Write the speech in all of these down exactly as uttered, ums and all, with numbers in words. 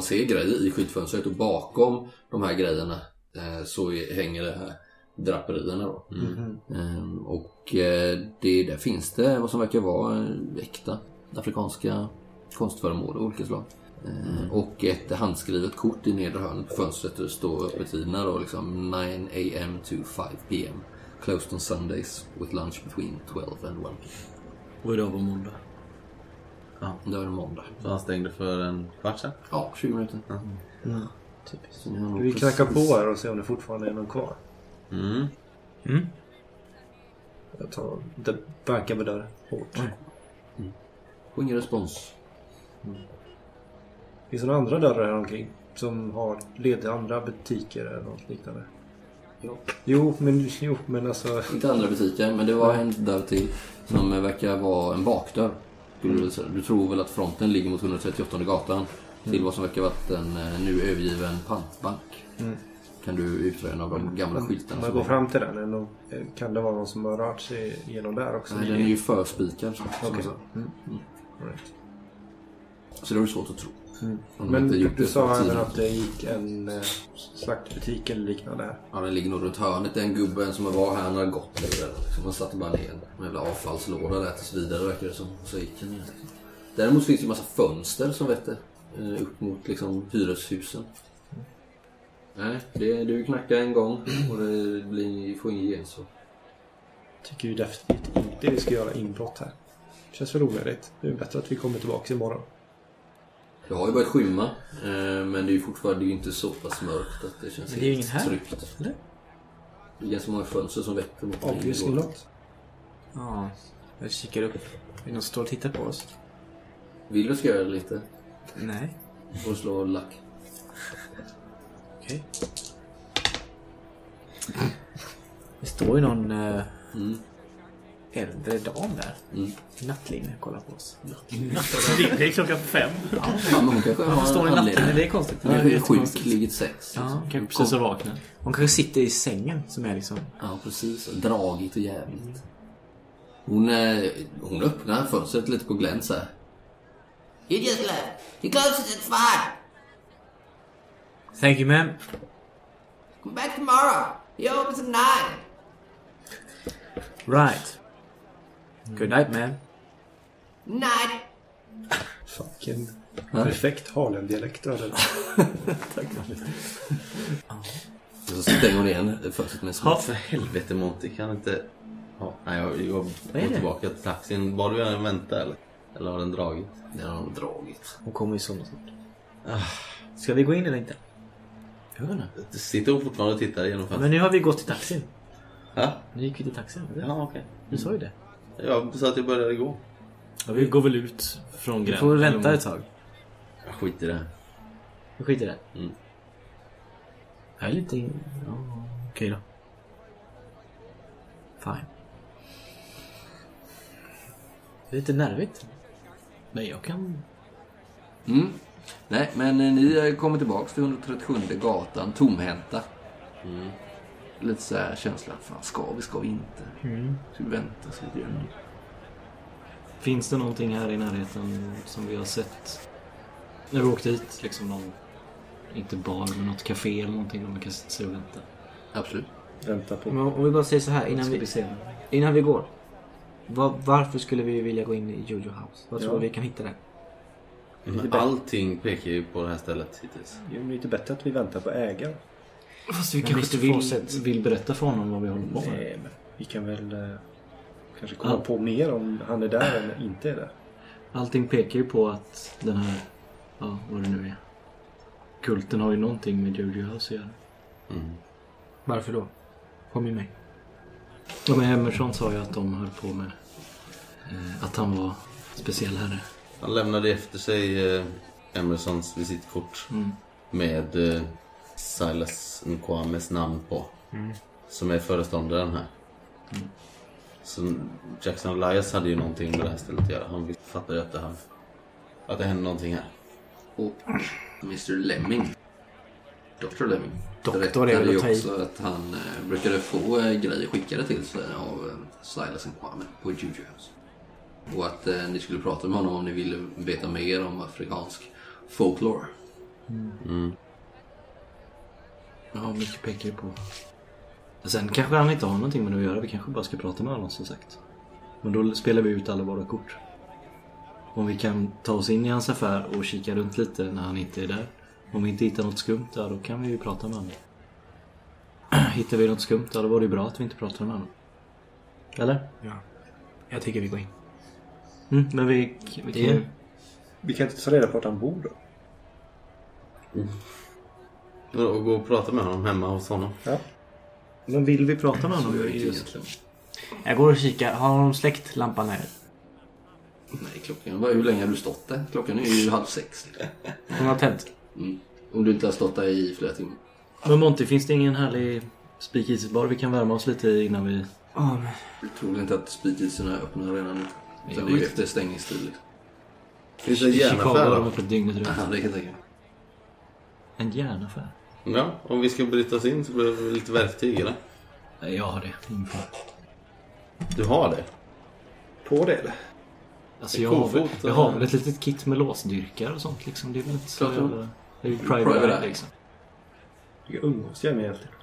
ser grejer i skyltfönstret och bakom de här grejerna eh, så hänger det här draperierna då. Mm. Um, och eh, det, där finns det vad som verkar vara eh, äkta afrikanska konstföremål av olika slag. Mm. Och ett handskrivet kort i nedre hörnet på fönstret där det står öppettiderna då liksom nine a.m. to five p.m. Closed on Sundays with lunch between twelve and one. Och idag var måndag. Ja, det var en måndag. Så han stängde för en kvart sedan? Ja, tjugo minuter. Mm. Mm. Typiskt. Vi knackar på här och ser om det fortfarande är någon kvar. Mm. Mm. Jag tar det bankar med dörren hårt. Mm. Och ingen respons. Mm. Finns det några andra dörrar här omkring som har led till andra butiker eller något liknande? Ja. Jo, men, jo, men alltså... Inte andra butiker, men det var en dörr till som verkar vara en bakdörr. Du, du tror väl att fronten ligger mot etthundratrettioåttonde gatan till mm. vad som verkar vara en nu övergiven pantbank. Mm. Kan du utröna av de gamla mm. skyltarna? Om jag går fram till den, eller kan det vara någon som har rört sig igenom där också? Nej, den är ju förspikad. Okej. Okay. Mm. Mm. Right. Så det är svårt att tro. Mm. Men du, du sa även att det gick en eh, slaktbutik eller liknande här. Ja, den ligger nog runt hörnet. Den gubben som var här, han har gått där. Liksom. Han satte bara ner en jävla avfallslåda där tills vidare verkar det som. Så gick han ner. Däremot finns det en massa fönster som vetter eh, upp mot liksom hyreshusen. Mm. Nej, det, du knackar en gång och det blir, får ingen igen så. Tycker ju definitivt inte vi ska göra inbrott här. Känns för onödigt. Det är bättre att vi kommer tillbaka imorgon. Det har ju börjat skymma, men det är ju fortfarande inte så pass mörkt att det känns det är ingen här, tryggt. Eller? Det är ganska många fönster som vetter mot obviously not. Ja, jag kikar upp. Är det någon som står och tittar på oss? Vill du ska göra det lite? Nej. Och slå lack. Okej. Okay. Det står ju någon uh, mm. äldre dam där. Mm. Nattlinjen kollar på oss. Det är klockan fem. Ja, ja men hon kanske har står i nattlinjen. Det är konstigt. Det är sjukt, ligger sex. Ja, kanske precis har vaknat. Hon kanske sitter i sängen som är liksom... Ja, precis. Dragigt och jävligt. Hon, hon öppnar fönstret lite på glänt så här. You just left. You closes at five. Thank you, ma'am. Come back tomorrow. He opens at nine. Right. Good night, man. Night. Fucking perfekt Harlem-dialekt. Tack. Så stänger hon igen fönstret med en smuts. För helvete, Monty, kan inte... Ja, nej, jag, jag går tillbaka till taxin. Var du gärna vänta eller? Eller har den dragit? Den har dragit. Hon kommer ju så snart. Ah. Ska vi gå in eller inte? Jag vet inte. Sitter hon fortfarande och tittar igenom fönstret? Men nu har vi gått till taxin. Ja? Nu gick vi till taxin. Ja, okej. Okay. Du sa ju det. Jag sa att jag började gå. Ja, vi går väl ut från gränsen. Vi får vänta ett tag. Jag skiter i det. Vi skiter i det? Mm. Jag är lite... Ja, okej då. Fine. Det är lite nervigt. Nej, jag kan... Mm. Nej, men ni kommer tillbaka till etthundratrettiosjunde gatan, tomhänta. Mm. Lite så här känslan, fan ska vi, ska vi inte? Mm. Ska vi vänta, ska vi göra något? Finns det någonting här i närheten som vi har sett när vi åkte hit? Liksom någon, inte bar, men något café eller någonting där man kan sitta sig och vänta? Absolut. Vänta på. Men om vi bara säger så här, innan vi, vi innan vi går. Var, varför skulle vi vilja gå in i Jojo House? Vad tror du ja. vi kan hitta där? Men allting pekar ju på det här stället hittills. Det är lite bättre att vi väntar på ägaren. Fast vi kanske inte vill, vill berätta för honom vad vi håller på med. Nej, men vi kan väl eh, kanske komma ja. på mer om han är där eller inte är där. Allting pekar ju på att den här, ja, vad det nu är, kulten har ju någonting med Jojo House att göra. Mm. Varför då? Kom med mig. Ja, men Emerson sa ju att de höll på med eh, att han var speciell herre. Han lämnade efter sig eh, Emersons visitkort mm. med eh, Silas Nkwames namn på. Mm. Som är föreståndaren här. Mm. Så Jackson Elias hade ju någonting med det här stället att göra. Han fattade att det här, att det hände någonting här. Och mister Lemming, doktor Lemming, Doktor är ju också att han eh, brukade få eh, grejer skickade till sig av eh, Silas Nkwame på Jojo House. Och att eh, ni skulle prata med honom om ni ville veta mer om afrikansk folklore. Mm. Mm. Ja, mycket pekar ju på. Sen kanske han inte har någonting med det att göra. Vi kanske bara ska prata med honom som sagt. Men då spelar vi ut alla våra kort. Om vi kan ta oss in i hans affär och kika runt lite när han inte är där. Om vi inte hittar något skumt där, då kan vi ju prata med honom. Hittar vi något skumt där, då var det bra att vi inte pratade med honom. Eller? Ja. Jag tycker vi går in. Mm, men vi, vi kan ju... Vi kan inte ta reda på att han bor då. Mm. Och gå och prata med honom hemma hos honom. Ja. Men vill vi prata med honom just? Jag går och kikar. Har de släckt lampan här? Nej, klockan var hur länge har du stått där? Klockan är ju halv sex. Hon har tänt. Mm. Om du inte har stått där i flera timmar. Men Monty, finns det ingen härlig speakeasy-bar vi kan värma oss lite i innan vi... Oh, men... Jag tror inte att speakeasyerna öppnar redan nu. Utan det är ju efter stängningstid. Liksom. Finns det en Chicago har järnaffär de då? öppet dygnet runt. Ja, det kan jag tänka mig. En järnaffär? Ja, om vi ska bryta oss in så behöver vi lite verktyg, eller? Nej, jag har det. Ungefär. Du har det? På det eller? Alltså jag har, väl, jag har väl ett litet kit med låsdyrkar och sånt liksom. Det är väl inte så Klart, jävla... Det är ju Private private eye. eye liksom. Vilka umgås jag med egentligen?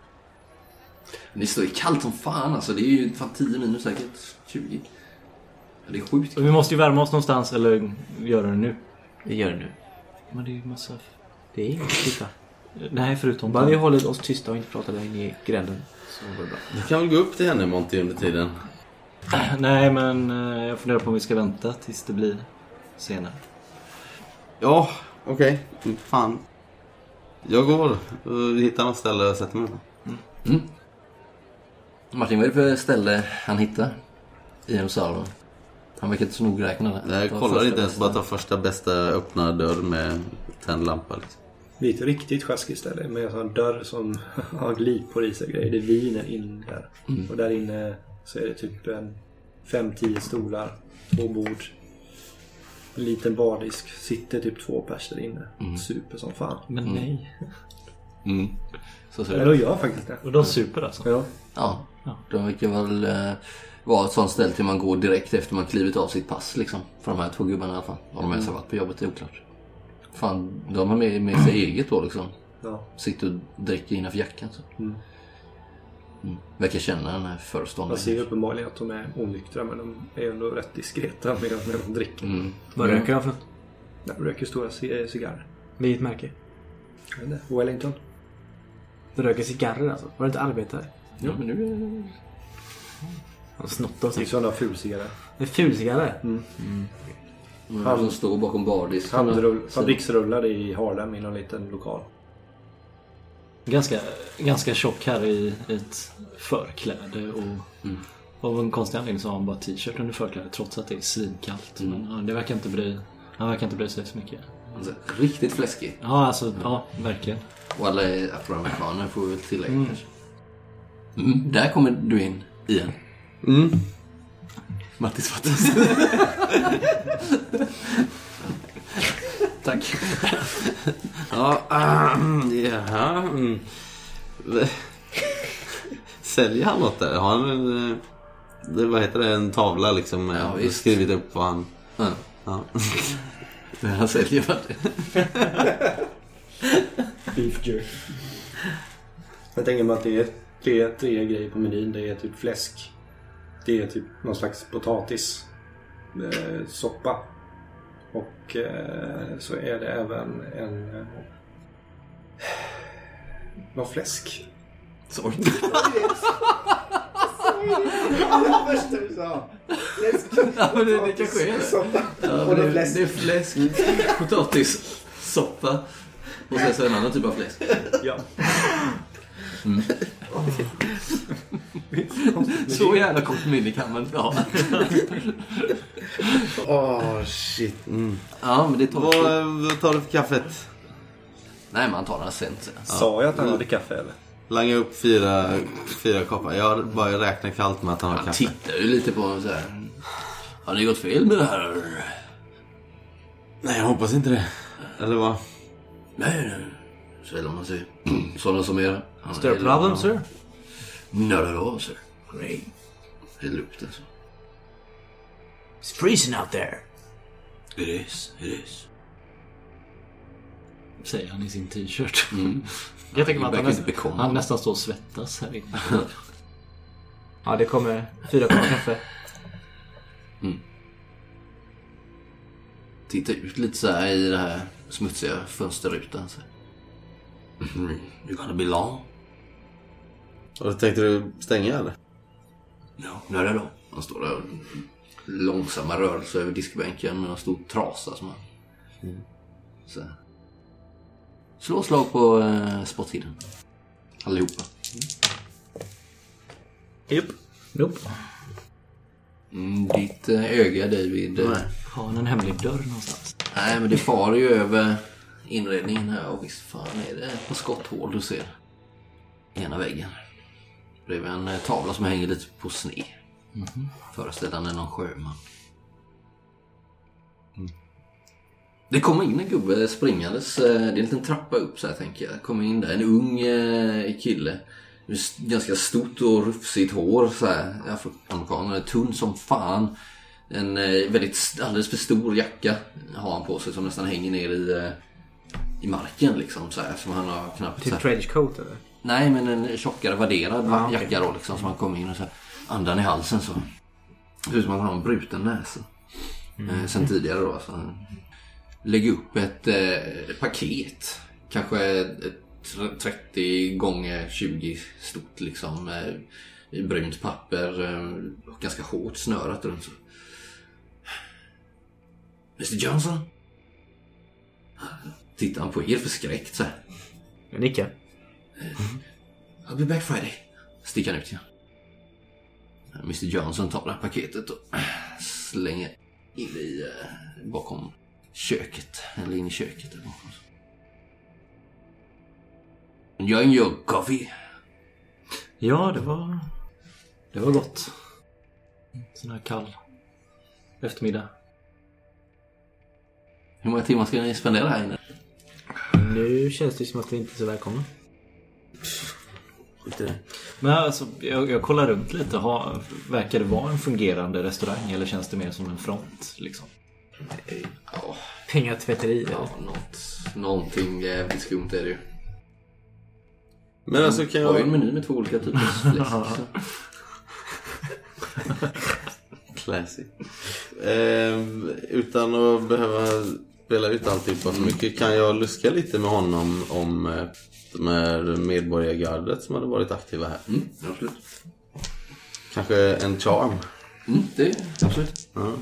Det står ju kallt som fan alltså. Det är ju fan tio minus säkert. tjugo. Det är sjukt. Och vi måste ju värma oss någonstans eller göra det nu. Vi gör det nu. Men det är ju massa... Det är inget titta. Nej, förutom... Bara vi håller oss tysta och inte pratar där inne i gränden. Så går det bra. Du kan väl gå upp till henne, Monty, under tiden? Nej, men eh, jag funderar på om vi ska vänta tills det blir senare. Ja, okej. Okay. Fan. Jag går och hittar något ställe och sätter mig på. Mm. Martin, vad är det för ställe han hittar i Jerusalem? Han verkar inte så nogräknad. Jag kollar inte ens, bara ta första bästa öppna dörr med tänd lampa. Liksom. Det är ett riktigt sjaskigt ställe med en sån dörr som har glipor i sig grejer. Det är vin in där. Mm. Och där inne så är det typ en fem tio stolar, två bord, en liten bardisk. Sitter typ två pers där inne. Mm. Super som fan. Men nej. Mm. Så ser Eller det. då gör faktiskt det. Och de super alltså. Ja. Ja, Ja. de verkar väl eh, vara ett sånt ställe till man går direkt efter man klivit av sitt pass liksom. För de här två gubbarna i alla fall. Har de ens har varit på jobbet är oklart. Fan, de har med, med sig eget då liksom. Ja. Sitter och dricker innanför jackan så. Mm. Mm. Verkar känna den här Jag föreståndaren. ser uppenbarligen att de är onyktra, men de är ändå rätt diskreta med när de dricker. Mm. Vad röker de för? De röker stora c- cigarrer. Vilket märke? Jag vet inte. Wellington. De röker cigarrer alltså? Var det inte arbetare? Ja, men nu är det... De snottar Det är sig. sådana fulcigarrer. Det är fulcigarrer? Mm. Han Han- som står bakom bardisk. Handrull, fabriksrullade i Harlem i någon liten lokal. Ganska, ganska tjock här i ett förkläde och Mm. av en konstig anledning så har han bara t-shirt under förklädet trots att det är svinkallt. Mm. Men ja, det verkar inte bry, han verkar inte bry sig så mycket. Alltså, riktigt fläskig. Ja, alltså, ja, verkligen. Och alla är afroamerikaner får vi väl tillägga Mm. kanske. Mm. Där kommer du in igen. Mm. Mattis fattas. Tack. Ja, ähm, ja. Mm. Säljer han något där? Har han en, eh, det, vad heter det, en tavla liksom med Ja, visst. skrivit upp vad han... Ja. Ja. Det han säljer var det. Beef jerky. Jag tänker mig att det är tre, tre grejer på menyn. Det är typ fläsk. Det är typ någon slags potatis. Eh, soppa. Och eh, så är det även en... Eh, någon fläsk. Sorry. Ja, men det, det kanske är det. Ja, men det, det är fläsk, potatis, soppa och sen så en annan typ av fläsk. Ja. Mm. Så jävla kort minne kan man inte ha. Åh, oh, shit. Mm. Ja, men det tar Vad, vad tar du för kaffet? Nej, man tar den sen. sen. Sa jag att han hade kaffe eller? Langa upp fyra, fyra koppar. Jag har bara räknat kallt med att han har Han kaffe. tittar ju lite på honom så här. Har ni gått fel med det här? Nej, jag hoppas inte det. Eller vad? Nej, nej. Sällan man ser sådana som er. Is there a problem, sir? Not at all, sir. Great. Det luktar så. It's freezing out there. It is, it is. säger han i sin t-shirt. Mm. Jag tänker att han, näst, bekomma. han nästan står och svettas här inne. Ja, det kommer fyra koppar kaffe. Mm. Titta ut lite så här i det här smutsiga fönsterrutan. Så. Mm. You're gonna be long. Och tänkte du stänga eller? Ja, nu är det då. Han står där långsamma rörelser över diskbänken med en stor trasa som han... Mm. Så. Slå slag på eh, spottiden. Allihopa. Jupp. Nope. Mm, ditt eh, öga, David. Eh, Har han en hemlig dörr någonstans? nej, men det far ju över inredningen här. Och visst fan är det på skotthål du ser. Ena väggen. Bredvid en eh, tavla som hänger lite på sne. Mm-hmm. Föreställande någon sjöman. Mm. Det kommer in en gubbe springandes. Det är en liten trappa upp så här, tänker jag. Kommer in där en ung eh, kille. Ganska stort och rufsigt hår så här. Afroamerikaner, tunn som fan. En eh, väldigt alldeles för stor jacka har han på sig som nästan hänger ner i eh, i marken liksom så här, som han har knappt. Typ trenchcoat eller? Nej, men en tjockare värderad ah, jacka okay. då liksom, som han kom in och så här, andan i halsen så. Det är som att han har en bruten näsa. Mm. Eh, sen tidigare då så han lägger upp ett, eh, ett paket. Kanske ett trettio gånger tjugo stort liksom eh, i brunt papper eh, och ganska hårt snörat runt så. mister Johnson? Tittar han på er förskräckt så här. Jag nickar. Mm. I'll be back Friday. Sticker han ut igen. mister Johnson tar det här paketet och slänger in i eh, bakom köket. Eller in i köket där bakom. Jag en jug coffee. Ja, det var det var gott. Sån här kall eftermiddag. Hur många timmar ska ni spendera här inne? Nu känns det som att vi inte är så välkomna. Men alltså, jag, jag kollar runt lite. Ha, verkar det vara en fungerande restaurang eller känns det mer som en front liksom? Ja, pengatvätteri. Ja, något, någonting jävligt skumt är det ju. Men alltså kan jag... har ju en meny med två olika typer av fläsk. Classic. Eh, utan att behöva spela ut allting på så mycket kan jag luska lite med honom om eh, de här medborgargardet som hade varit aktiva här. Mm, absolut. Kanske en charm. Mm, det är absolut. Ja.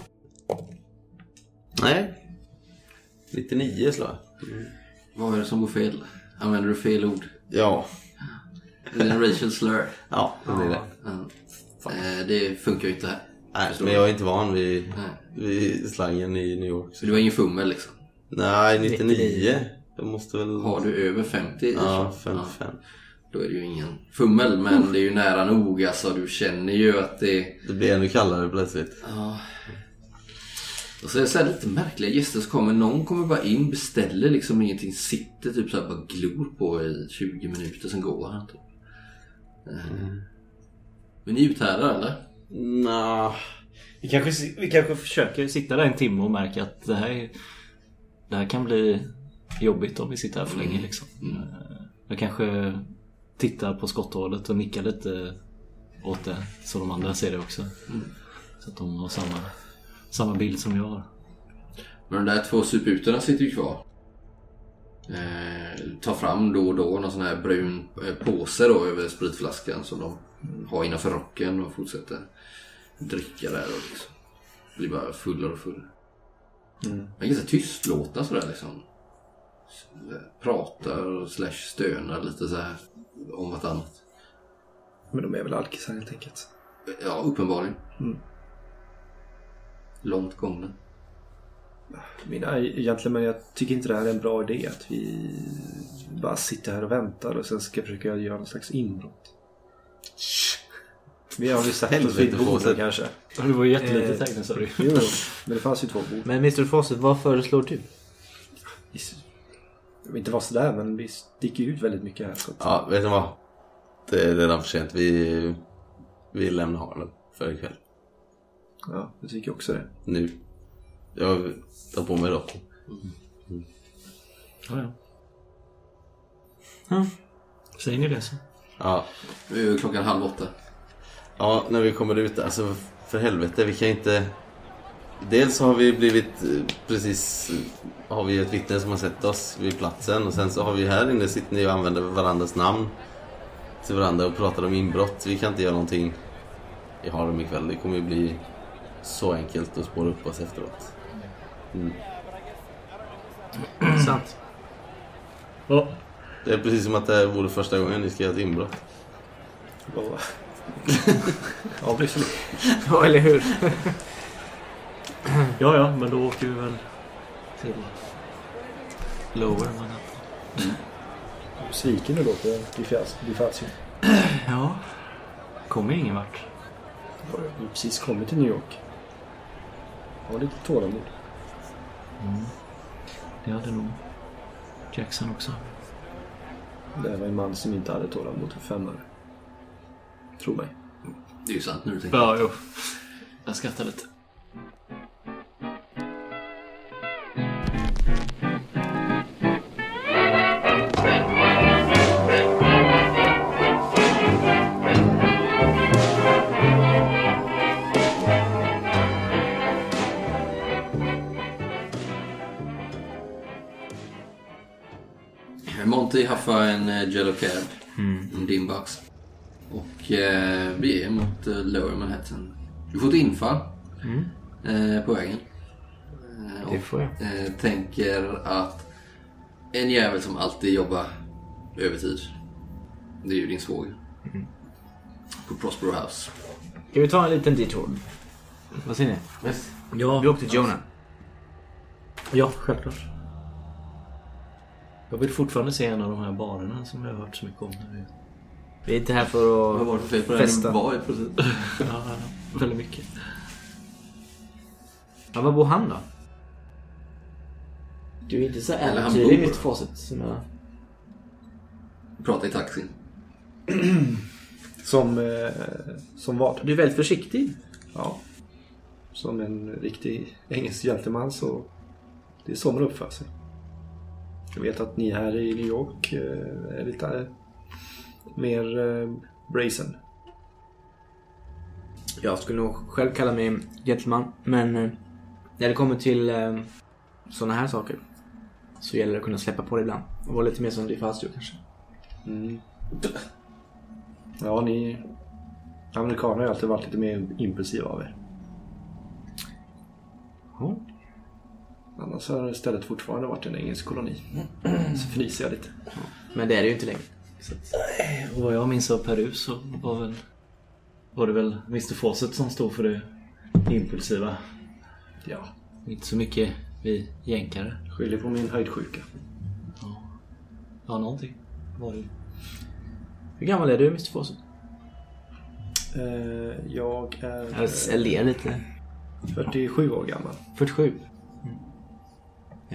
Nej. nittionio slag. Mm. Vad är det som går fel? Använder du fel ord? Ja. Det är en racial slur. Ja, det är det. Ja. Eh, det funkar ju inte här. Nej, men jag är inte van vid, vid slangen i New York. Så du har ingen fummel liksom? Nej, nittionio. Jag måste väl... Har du över femtio? Ja, femtiofem. Ja. Då är det ju ingen fummel, men det är ju nära nog. Alltså, du känner ju att det... Det blir ännu kallare plötsligt. Ja. Och så är det så här lite märkliga gäster som kommer. Någon kommer bara in, beställer liksom ingenting. Sitter typ så här bara glor på i tjugo minuter, sen går han typ. Mm. Men ni är ute här eller? Nah. Vi kanske, vi kanske försöker sitta där en timme och märka att det här, det här kan bli jobbigt om vi sitter här för länge mm. liksom. Mm. Jag kanske tittar på skotthålet och nickar lite åt det så de andra ser det också. Mm. Så att de har samma, samma bild som jag har. Men de där två suputerna sitter ju kvar. Eh, tar fram då och då någon sån här brun påse då över spritflaskan som de har innanför rocken och fortsätter dricka där och liksom blir bara fullare och fullare. Mm. Det är ganska tystlåtna sådär liksom. Pratar och slash stönar lite så här om något annat. Men de är väl alkisar helt enkelt. Ja, uppenbarligen. Mm. Långt gångna. Mina, egentligen, men jag tycker inte det här är en bra idé att vi bara sitter här och väntar och sen ska försöka göra någon slags inbrott. Vi har ju sett oss vid bordet kanske. Det var ju jättelitet tecken, sa du. Jo, men det fanns ju två bord. Men mister Fawcett, vad föreslår du? Jag vill inte vara sådär, men vi sticker ut väldigt mycket här. Så att... Ja, vet du vad? Det är redan för sent. Vi, vi lämnar Harlem för ikväll. Ja, jag tycker också det. Nu. Jag tar på mig då. Mm. Ja, ja. Mm. Säger ni det så? Ja. Det är ju klockan halv åtta. Ja, när vi kommer ut, alltså för helvete, vi kan inte... Dels har vi blivit precis... Har vi ett vittne som har sett oss vid platsen. Och sen så har vi här inne sitter ni och använder varandras namn till varandra och pratar om inbrott. Vi kan inte göra någonting i Harlem ikväll. Det kommer ju bli så enkelt att spåra upp oss efteråt. Mm. Sant. Ja. Det är precis som att det vore första gången ni ska göra ett inbrott. Ja, precis. Ja, eller hur? Ja, ja, men då åker vi väl till Lower Manhattan. Mm. Sviken du då på Difazio? Ja, kommer ingen vart. Vi har precis kommit till New York. Har lite tålamod. Mm. Det hade nog Jackson också. Det var en man som inte hade tålamod för fem år. Tror mig. Det är ju sant nu du tänker. Ja, jo. Jag skrattar lite. Monty haffar en uh, Jello Cab. Mm. En dimbox. Och eh, vi är mot uh, Lower Manhattan. Du får ett infall Mm. eh, på vägen. Eh, Det får jag. och eh, tänker att en jävel som alltid jobbar övertid. Det är ju din svåger. Mm. På Prospero House. Ska vi ta en liten detour? Vad säger ni? Yes. Ja, Vi åkte till Jonah. ja, självklart. Jag vill fortfarande se en av de här barerna som jag har hört så mycket om. Vi är inte här för Vad var att det för fel på festa. den? Var i precis. Ja, väldigt mycket. Ja, var bor han då? Du är inte så Eller han äventyrlig bor. mitt facit som jag... Prata i taxin. Som, eh, som vad? Du är väldigt försiktig. Ja. Som en riktig engelsk gentleman så det är så man uppför sig. Jag vet att ni här i New York eh, är lite eh, mer eh, brazen. Jag skulle nog själv kalla mig en gentleman. Men eh, när det kommer till eh, sådana här saker så gäller det att kunna släppa på det ibland. Och vara lite mer som Difazio kanske. Mm. Ja, ni amerikaner har alltid varit lite mer impulsiva av er. Ja. Annars har istället fortfarande varit en engelsk koloni. Så fnyser jag lite. Men det är det ju inte längre. Så att... Och vad jag minns av Peru så var, väl, var det väl mister Fawcett som stod för det impulsiva. Ja, Inte så mycket vi jänkare. skyller på min höjdsjuka. Ja, ja någonting var det. Hur gammal är du, mister Fawcett? Eh, jag är Jag, jag ler lite. fyrtiosju år gammal. fyrtiosju. Mm. Ja.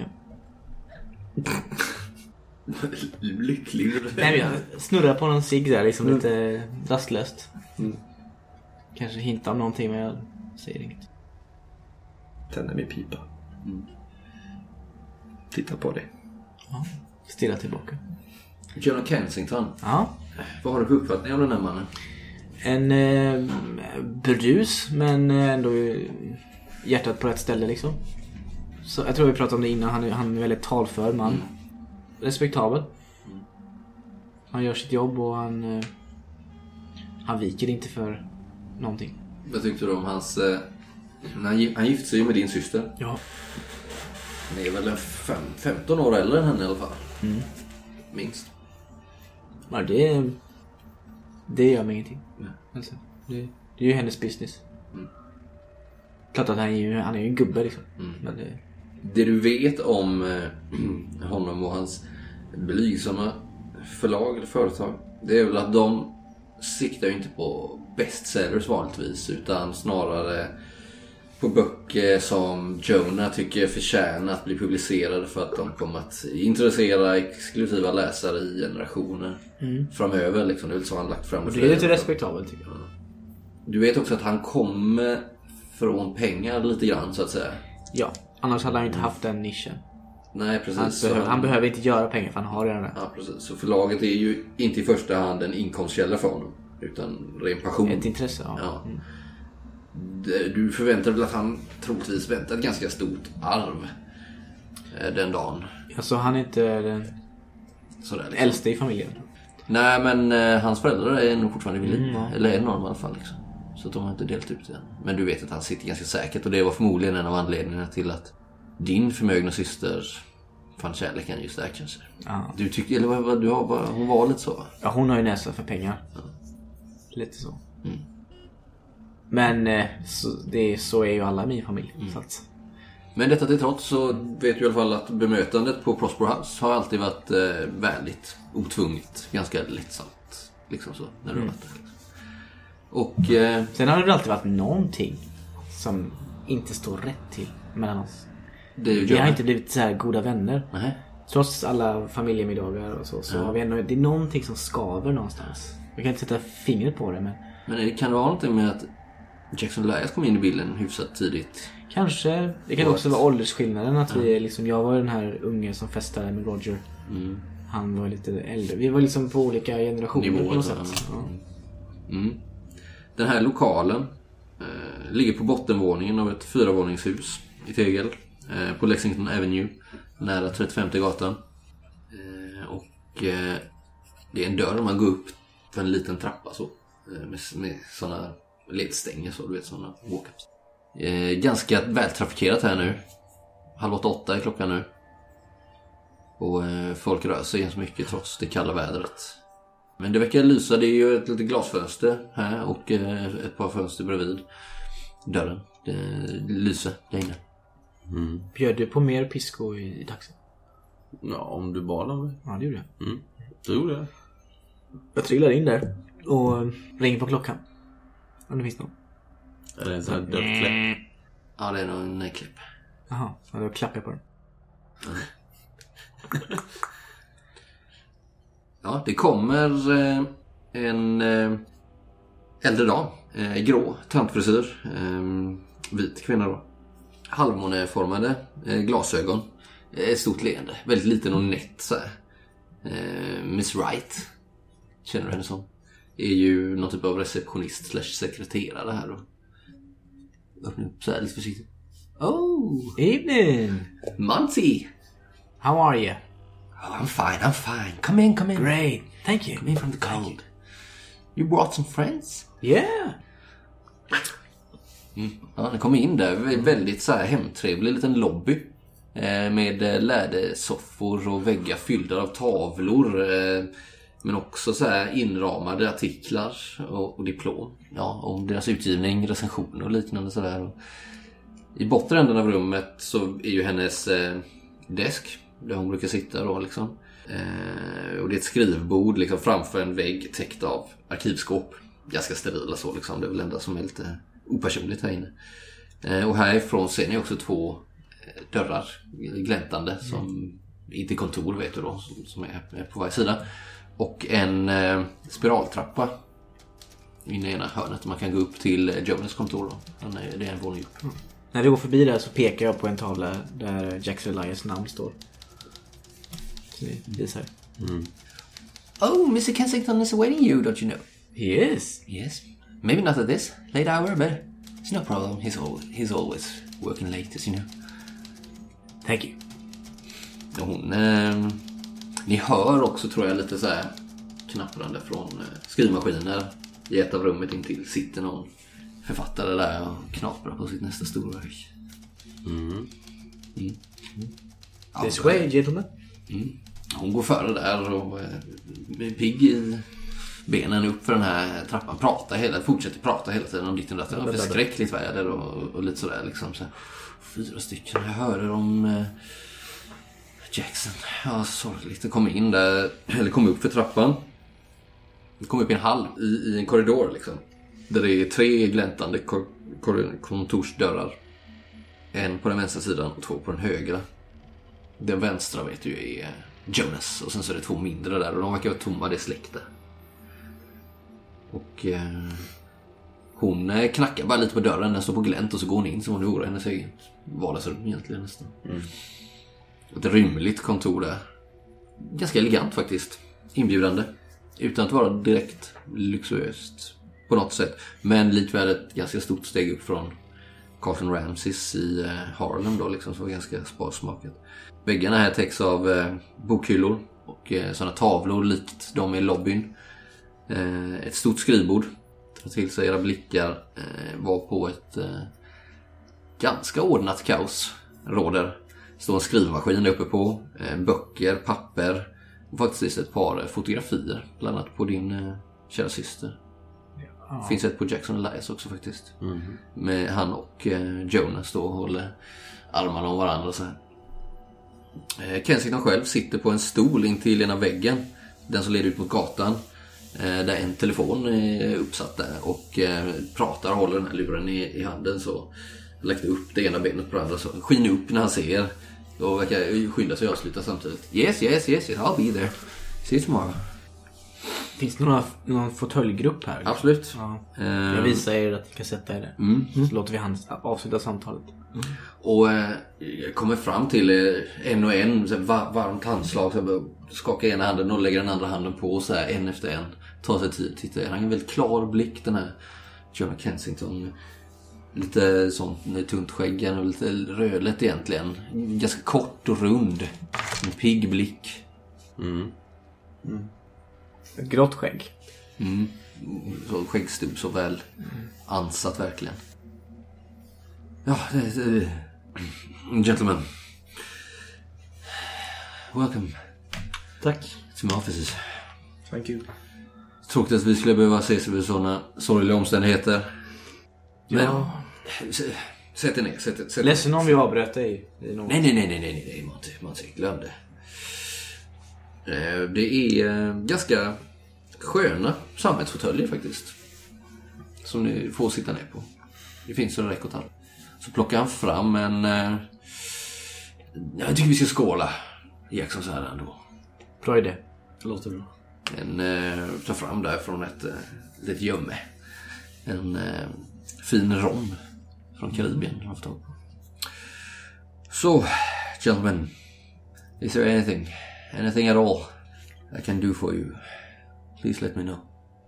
Lycklig. Nej, men jag snurrar på någon cigg där liksom Mm. lite rastlöst. Mm. Kanske hintar om någonting men jag säger inget. Tänder min pipa. Mm. Titta på det. Ja. Stirra tillbaka. Jonah Kensington. Ja. Vad har du för uppfattning om den här mannen? En eh, brus men eh, ändå hjärtat på rätt ställe liksom. Så jag tror vi pratade om det innan. Han är, han är en väldigt talför man. Mm. Respektabel. Han gör sitt jobb och han eh, han viker inte för någonting. Vad tyckte du om hans... Eh, han, gi- han gifte sig ju med din syster. Ja. Han är väl en fem, femton år äldre än henne i alla fall. Mm. Minst. Ja, det det gör mig ingenting. Nej. Alltså, det, det är ju hennes business. Mm. Klart att han är ju, han är ju en gubbe liksom. Mm. Men det, Det du vet om eh, honom och hans blygsamma förlag eller företag, det är väl att de siktar ju inte på bestsellers vanligtvis utan snarare på böcker som Jonah tycker förtjänar att bli publicerade för att de kommer att intressera exklusiva läsare i generationer mm. framöver liksom. Det är väl så han lagt fram. och det är lite respektabelt tycker jag. Du vet också att han kommer från pengar lite grann så att säga. Ja, annars hade han inte haft den nischen. Nej, precis. Han behöver, han behöver inte göra pengar för han har redan det. Ja, precis. Så förlaget är ju inte i första hand en inkomstkälla för honom, utan ren passion. Ett intresse, ja. Ja. Du förväntar väl att han troligtvis väntar ett ganska stort arv den dagen. Alltså han är inte den Sådär, liksom. äldste i familjen. Nej, men eh, hans föräldrar är nog fortfarande vid liv. Mm, ja. Eller en av dem i alla fall liksom. Så att de har inte delat ut det än. Men du vet att han sitter ganska säkert. Och det var förmodligen en av anledningarna till att din förmögna syster fann kärleken just där kanske. Ja. Du tycker, eller vad, vad, du har, vad, hon var lite så. Ja, hon har ju näsa för pengar. Ja. Lite så. Mm. Men eh, så, det, så är ju alla i min familj. Mm. Så att... Men detta till trots så vet du i alla fall att bemötandet på Prosper House har alltid varit eh, vänligt, otvunget, ganska lättsamt. Liksom så, när du Mm. har varit där. Liksom. Och... Eh, Sen har det alltid varit någonting som inte står rätt till mellan oss. det är ju Vi har Johnny. inte blivit så här goda vänner. Nej. Trots alla familjemiddagar och så, så Ja. har vi ändå, det är någonting som skaver någonstans. Jag kan inte sätta fingret på det, men Men det kan det vara någonting med att Jackson Elias kom in i bilden hyfsat tidigt? kanske. Det kan Och också att- vara åldersskillnaden. Att vi är liksom, jag var den här unge som festade med Roger. Mm. Han var lite äldre. Vi var liksom på olika generationer Nivåer, på något så, sätt. ja. Ja. Mm. Den här lokalen eh, ligger på bottenvåningen av ett fyravåningshus i tegel eh, på Lexington Avenue nära trettiofemte gatan. Eh, och eh, det är en dörr man går upp för en liten trappa så eh, med, med såna ledstänger så, du vet, såna walk-ups. Eh, ganska vältrafikerat här nu. Halv åtta, åtta är klockan nu. Och eh, folk rör sig ganska mycket trots det kalla vädret. Men det verkar lysa, det är ju ett litet glasfönster här och eh, ett par fönster bredvid dörren. Det lyser där inne. Mm. Bjöd du på mer pisco i, i taxin? Ja, om du bad om det. Ja, det gjorde jag. Mm. Du gjorde det. Jag trillade in där och eh, ringer på klockan. Om det finns någon. Är det en sån här dörrkläpp? Ja, det är nog en klipp. Jaha, ja, då klappar jag på den. Ja, det kommer eh, en eh, äldre dam. Eh, grå, tantfrisyr. Eh, vit kvinna då. Halvmåneformade eh, glasögon. Eh, stort leende. Väldigt liten och nätt så här. Eh, Miss Wright. Känner du henne som? Är ju någon typ av receptionist slash sekreterare här då. Öppna upp så här lite försiktigt. Oh, Evening! Monty! How are you? Oh, I'm fine, I'm fine. Come in, come in. Great, thank you. Come in from the cold. You brought some friends? Yeah! Mm. Ja, den kom in där. Vä- Väldigt så här hemtrevlig liten lobby. Eh, med eh, lädersoffor och väggar fyllda av tavlor. Eh, men också så här inramade artiklar och, och diplom. Ja, om deras utgivning, recensioner och liknande sådär. I botten änden av rummet så är ju hennes eh, desk. Där hon brukar sitta då liksom. Eh, och det är ett skrivbord liksom framför en vägg täckt av arkivskåp. Ganska sterila så liksom. Det är väl enda som är lite opersonligt här inne. Eh, och härifrån ser ni också två eh, dörrar gläntande som inte kontor vet du då. Som, som är, är på varje sida. Och en eh, spiraltrappa inne i ena hörnet. Man kan gå upp till eh, Jonas kontor då. Den är, det är en våning upp. Mm. När vi går förbi där så pekar jag på en tavla där Jackson Elias namn står. Så vi visar. Mm. Oh, Mister Kensington is awaiting you, don't you know? He is. Yes. Maybe not at this late hour, but it's no problem. He's always, he's always working late, as you know. Thank you. Och hon... Eh, ni hör också, tror jag, lite så här knapprande från eh, skrivmaskiner. I ett av rummet intill sitter någon författare där och knaprar på sitt nästa stora verk. Mm. Mm. Mm. This way, gentlemen. Mm. Hon går före där och eh, är pigg i benen upp för den här trappan. Pratar hela, fortsätter prata hela tiden om ditt och datt. Det var förskräckligt väder och, och lite sådär liksom. Så här, fyra stycken. Jag hörde om eh, Jackson. Ja, sorgligt. Det kom in där, eller kom upp för trappan. Det kom upp i en hall i, i en korridor liksom. Där det är tre gläntande kor, kor, kontorsdörrar. En på den vänstra sidan och två på den högra. Den vänstra vet du är Jonas. Och sen så är det två mindre där. Och de verkar vara tomma, det är släkte. Och eh, hon eh, knackar bara lite på dörren. Den står på glänt och så går hon in som om det vore hennes eget vardagsrum egentligen nästan. Mm. Ett rymligt kontor där. Ganska elegant faktiskt. Inbjudande. Utan att vara direkt luxuöst på något sätt. Men likväl ett ganska stort steg upp från Carlton Ramses i Harlem då liksom, som var ganska sparsmakat. Väggarna här täcks av eh, bokhyllor och eh, sådana tavlor likt de i lobbyn. Eh, ett stort skrivbord. Ta till sig era blickar eh, var på ett eh, ganska ordnat kaos råder. Står en skrivmaskin uppe på, eh, böcker, papper och faktiskt ett par fotografier, bland annat på din eh, kära syster. Ja. Finns ett på Jackson Elias också faktiskt. Mm. Med han och eh, Jonas då håller armarna om varandra så här. Eh, Kensington själv sitter på en stol intill ena väggen, den som leder ut mot gatan. Eh, där en telefon är uppsatt där och eh, pratar och håller den här luren i, i handen så. Läckte upp det ena benet på det andra så skiner upp när han ser och verkar skynda sig och avsluta samtidigt. Yes, yes, yes, yes, I'll be there. See you tomorrow. Finns det några, någon fåtöljgrupp här? Absolut. Ja. Uh, Jag visar er att ni kan sätta er där. Mm. Så låter vi han avsluta samtalet. Mm. Och eh, jag kommer fram till eh, en och en så här, var, varmt handslag så här, skakar ena handen och lägger den andra handen på så här, en efter en. Tar sig tid, tittar. Han har en väldigt klar blick, den här John Kensington. Lite sånt tunt skägg och lite rödlätt egentligen. Ganska kort och rund. En pigg blick. Mm. Mm. Ett grått skägg. Mm. Så skäggstubb så väl mm. ansatt verkligen. Ja, det, det, gentlemen. Welcome. Tack. To my offices. Thank you. Tråkigt att vi skulle behöva ses över sådana sorgliga omständigheter. Men, ja. Sätt er ner. Sätt, sätt Ledsen om vi avbröt dig. Nej, nej, nej, nej, nej, nej, nej, Monty, Monty, glöm det. Det är ganska sköna samhällsfåtöljer faktiskt. Som ni får sitta ner på. Det finns så det räcker till. Så plockar han fram en... Jag tycker vi ska skåla. Jackson så här ändå. Bra idé. Det låter bra. En, ta fram där från ett litet gömme. En... fin rom från Karibien har fått. So, gentlemen, is there anything, anything at all I can do for you? Please let me know.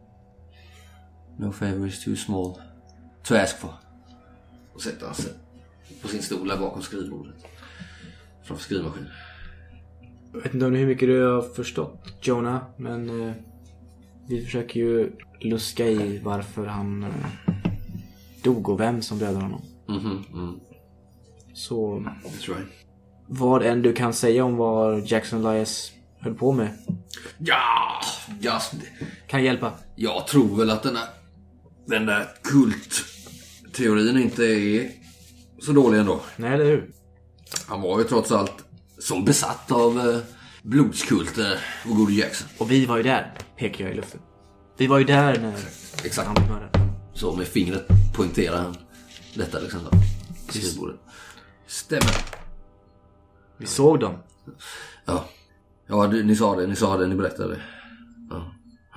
No favor is too small to ask for. Och sätter han sig på sin stol där bakom skrivbordet. Framför skrivmaskinen. Jag vet inte om hur mycket du har förstått, Jonah, men eh, vi försöker ju luska i varför han... Eh, dog och vem som dödade honom. Mm-hmm, mm. Så That's right. Vad än du kan säga om vad Jackson Elias höll på med. Ja, just kan hjälpa. Jag tror väl att den där, den där kultteorin inte är så dålig ändå. Nej, eller hur? Han var ju trots allt så besatt av eh, blodskulter och gode Jackson. Och vi var ju där, pekar jag i luften. Vi var ju där när Exakt. han blev mördad. Så med fingret poängterar han detta liksom då. Skrivbordet. Stämmer. Vi såg dem. Ja. Ja, du, ni sa det, ni sa det, ni berättade. Ja.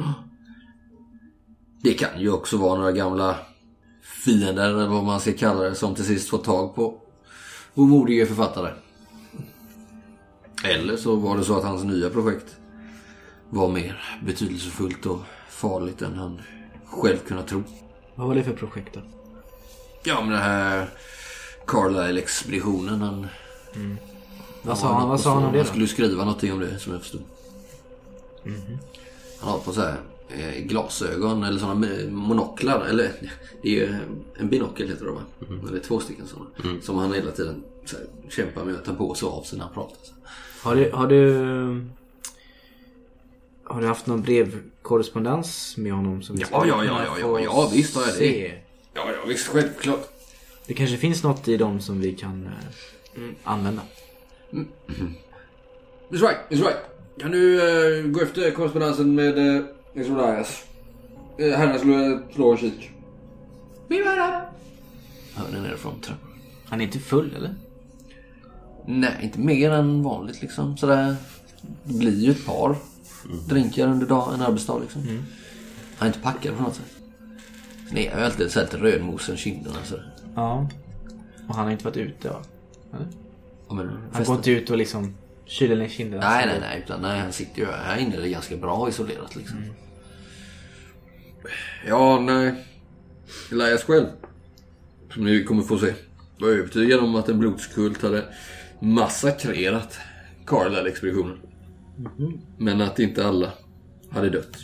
Det kan ju också vara några gamla fiender eller vad man ska kalla det som till sist får tag på omodiga författare. Eller så var det så att hans nya projekt var mer betydelsefullt och farligt än han själv kunde tro. Vad var det för projekt då? Ja, men den här Carlisle-expeditionen. Han, mm. Vad sa han, vad sa han om det då? Han skulle skriva någonting om det som jag förstod. Mm-hmm. Han har på så här eh, glasögon eller sådana monoklar. Eller det är ju en binokel heter det va? Mm. Eller två stycken sådana. Mm. Som han hela tiden så här, kämpar med att ta på sig av sig när han pratar. Så. Har du... Har du... Har du haft någon brevkorrespondens med honom? Som ja, ja, ja, ja, ja, ja, visst har jag det. Ja, ja, visst, självklart. Det kanske finns något i dem som vi kan mm. använda. Mm. That's right, that's right. Kan du uh, gå efter korrespondensen med uh, Elias? Uh, herrarna skulle slå en kik. Vi var där. Hör ni nerifrån trappan? Han är inte full, eller? Nej, inte mer än vanligt liksom. Sådär. Det blir ju ett par mm. drinkar under dag, en arbetsdag liksom. Mm. Han är inte packad på något sätt. Nej, jag har alltid sett rödmosen kinderna så. Ja. Och han har inte varit ute, va? Eller? Ja, men, Han går inte ut och liksom kyler ner kinderna. Nej, nej, nej. Utan, nej, han sitter ju här inne. Det är ganska bra isolerat liksom. Mm. Ja, nej. Elias själv, som ni kommer få se, var övertygad om att en blodskult hade massakrerat Carlisle-expeditionen. Mm-hmm. Men att inte alla hade dött.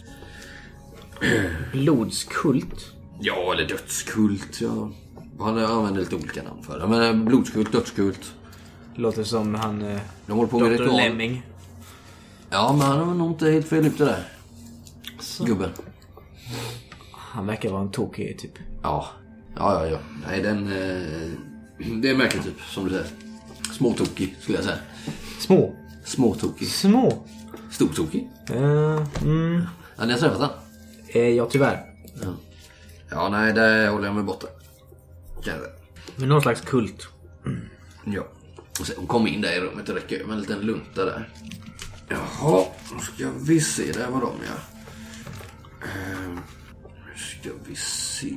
Blodskult? Ja, eller dödskult. Ja. Han använder lite olika namn för det. Men blodskult, dödskult. Låter som han... Eh, De håller på med doktor Lemming. Ja, men han har nog inte helt fel ute där. Så. Gubben. Han verkar vara en tokig typ. Ja, ja, ja, ja. Nej, den... Eh, det är en märklig typ, som du säger. Småtokig, skulle jag säga. Små? Småtokig. Små? Stortokig? Uh, mm. Ja, ni har träffat han? Eh, ja, tyvärr. Ja. Ja, nej, där håller jag mig borta. Kanske. Men någon slags kult. Mm. Ja. Och sen kom in där i rummet och räckte över en liten lunta där. Jaha, då ska vi se. Där var de, ja. Uh, nu ska vi se.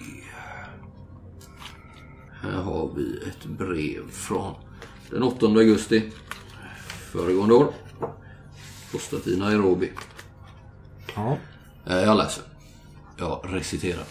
Här har vi ett brev från den åttonde augusti föregående år. Postat i Nairobi. Ja. Jag läser. Jag reciterar.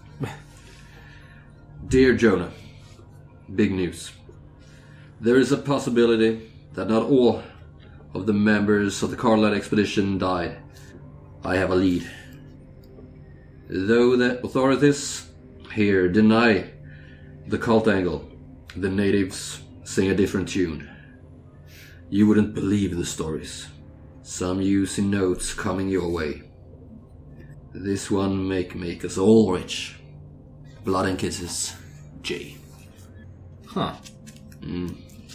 Dear Jonah, big news. There is a possibility that not all of the members of the Carlisle expedition died. I have a lead. Though the authorities here deny the cult angle, the natives sing a different tune. You wouldn't believe the stories. Some use in notes coming your way. This one make make us all rich. Blood and kisses, J. Huh. Mm.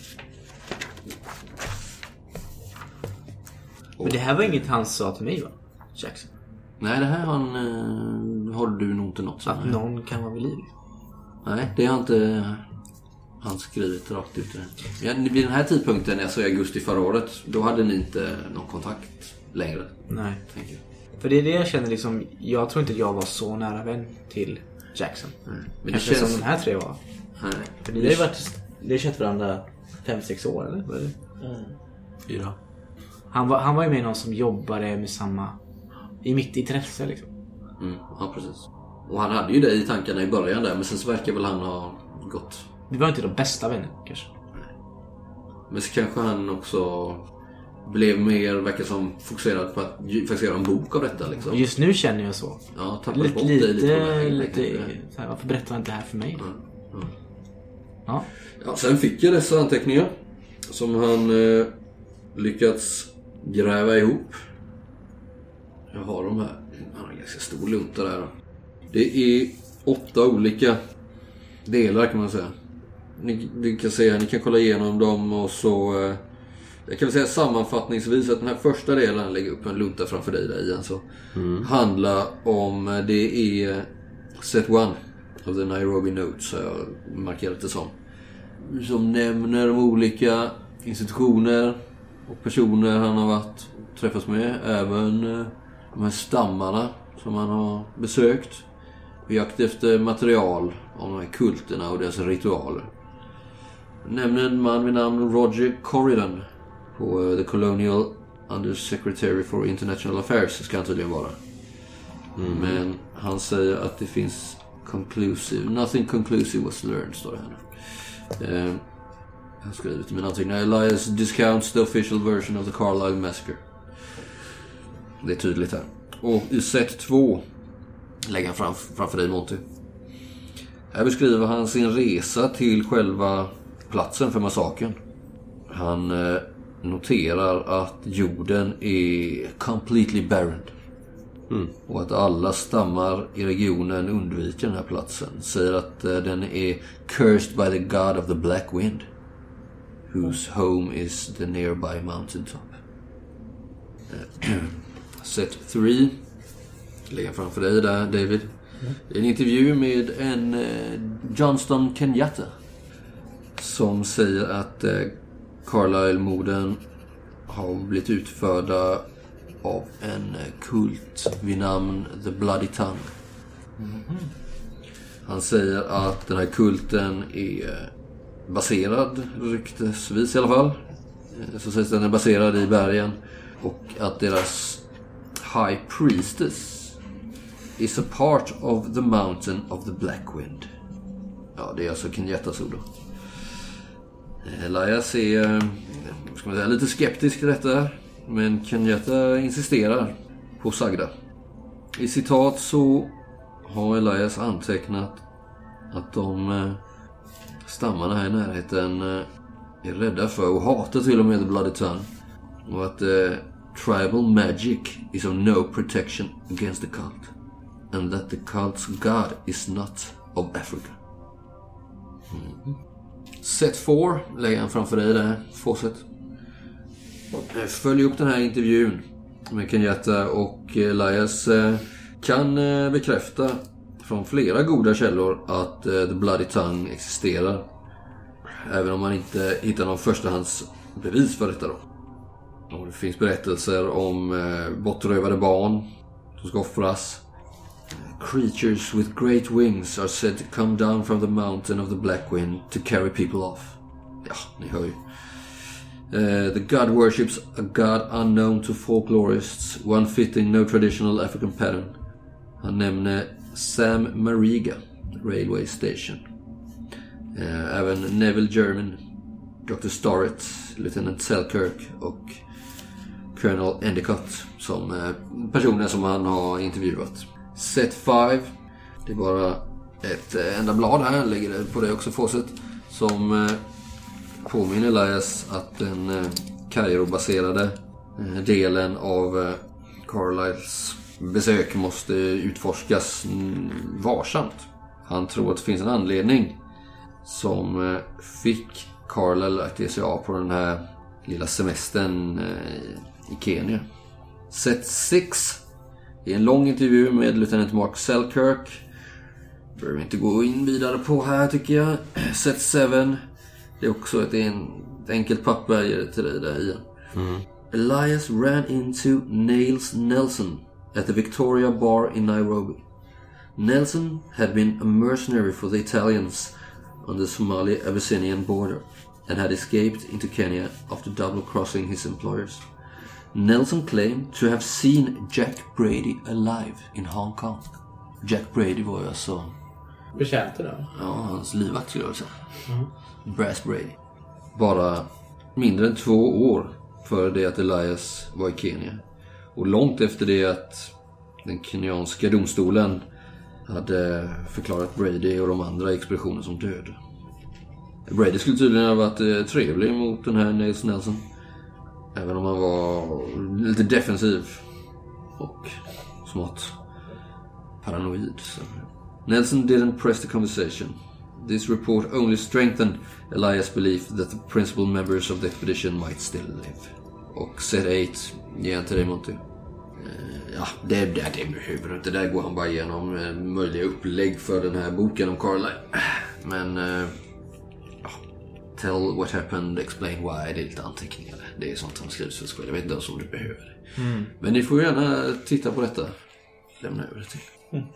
Men det här var inget han sa till mig, va? Jackson. Nej, det här han, uh, har du nog inte något så. Att någon kan vara vid liv. Nej, det har inte han skrivit rakt ut. Ja, vid den här tidpunkten, alltså i augusti förra året, då hade ni inte någon kontakt längre. Nej. Tänker jag. För det är det jag känner liksom, jag tror inte jag var så nära vän till Jackson. Mm. Men kanske det känns som de här tre var. Nej. För det har ju varit, det har känt varandra fem sex år, eller? Var det? Mm. Fyra. Han var, han var ju med någon som jobbade med samma, i mitt intresse liksom. Mm, ja, precis. Och han hade ju det i tankarna i början där, men sen så verkar väl han ha gått. Vi var inte de bästa vänner, kanske. Nej. Men så kanske han också blev mer, verkar som, fokuserad på att faktiskt göra en bok av detta liksom. Just nu känner jag så. Ja, tappade lite, bort lite, det lite. lite så här, varför berättar han inte det här för mig? Ja, ja. Ja. Ja, sen fick jag dessa anteckningar som han eh, lyckats gräva ihop. Jag har de här. Han har en ganska stor lunta där då. Det är åtta olika delar kan man säga. Ni, ni kan se, ni kan kolla igenom dem och så eh, jag kan väl säga sammanfattningsvis att den här första delen, lägger upp en lunta framför dig där i alltså, mm. handlar om, det är set one of the Nairobi Notes, har jag markerat det som. Som nämner de olika institutioner och personer han har varit träffats med, även eh, de här stammarna som han har besökt. Vi jakt efter material om de här kulterna och deras ritualer. Nämner en man vid namn Roger Corridon på uh, The Colonial Undersecretary for International Affairs, ska han tydligen vara. Mm. Men han säger att det finns conclusive, nothing conclusive was learned, står det här nu. Uh, jag har skrivit i mina anteckningar. Elias discounts the official version of the Carlisle Massacre. Det är tydligt här. Och i set två lägger han fram, framför dig, Monty. Här beskriver han sin resa till själva platsen för massakern. Han eh, noterar att jorden är completely barren. Mm. Och att alla stammar i regionen undviker den här platsen. Säger att eh, den är cursed by the god of the black wind, whose home is the nearby mountaintop. Set tre lägger framför dig där, David. Mm. En intervju med en eh, Johnston Kenyatta som säger att eh, Carlisle-morden har blivit utförda av en eh, kult vid namn The Bloody Tongue. Mm. Han säger att den här kulten är baserad, ryktesvis i alla fall. Så sägs den är baserad i bergen. Och att deras High Priestess is a part of the mountain of the Black Wind. Ja, det är alltså Kenyatas ord då. Elias är, ska man säga, lite skeptisk till detta. Men Kenyata insisterar på sagda. I citat så har Elias antecknat att de stammarna här i närheten är rädda för och hatar till och med The Bloody Tongue. Och att eh, tribal magic is of no protection against the cult. And that the cult's god is not of Africa. Mm. Set four lägger han framför dig där, Fawcett. Följ upp den här intervjun med Kenyata och Elias kan bekräfta från flera goda källor att The Bloody Tongue existerar. Även om man inte hittar någon förstahands bevis för detta då. Och det finns berättelser om bortrövade barn som ska offras. Creatures with great wings are said to come down from the mountain of the Black Wind to carry people off. Ja, ni hör ju. Uh, the god worships a god unknown to folklorists, one fitting no traditional African pattern. Han nämner Sam Mariga Railway Station. Uh, även Neville German, doktor Starrett, Lieutenant Selkirk och Colonel Endicott som uh, personer som han har intervjuat. Set fem, det är bara ett uh, enda blad här, lägger det på det också Fawcett, som uh, påminner Elias att den uh, Kairo-baserade uh, delen av uh, Carlyles besök måste utforskas mm, varsamt. Han tror att det finns en anledning som uh, fick Carlyle att ge sig av på den här lilla semestern uh, i Kenya. Set sex är en lång intervju med Lieutenant Mark Selkirk. Behöver inte gå in vidare på här tycker jag. Set sju, det är också ett, en, ett enkelt papper jag ger det till dig där igen. Mm. Elias ran into Nails Nelson at the Victoria Bar in Nairobi. Nelson had been a mercenary for the Italians on the Somali-Abyssinian border and had escaped into Kenya after double-crossing his employers. Nelson claimed to have seen Jack Brady alive in Hong Kong. Jack Brady var ju alltså... Betjänte då? Ja, hans livvakt skulle jag säga. Mm. Brass Brady. Bara mindre än två år före det att Elias var i Kenya. Och långt efter det att den kenyanska domstolen hade förklarat Brady och de andra expeditionen som död. Brady skulle tydligen ha varit trevlig mot den här Nails Nelson. Även om han var lite defensiv och smått paranoid. Så. Nelson didn't press the conversation. This report only strengthened Elias' belief that the principal members of the expedition might still live. Och set åtta, ger han till dig Monty. Uh, ja, det, det, det behöver inte. Där går han bara igenom uh, möjliga upplägg för den här boken om Carlyle. Men... Uh, Tell what happened, explain why, det är lite anteckningar. Det är sånt som skrivs för skoj. Jag vet inte ens om du behöver det. Mm. Men ni får gärna titta på detta. Lämna över det till. Mm.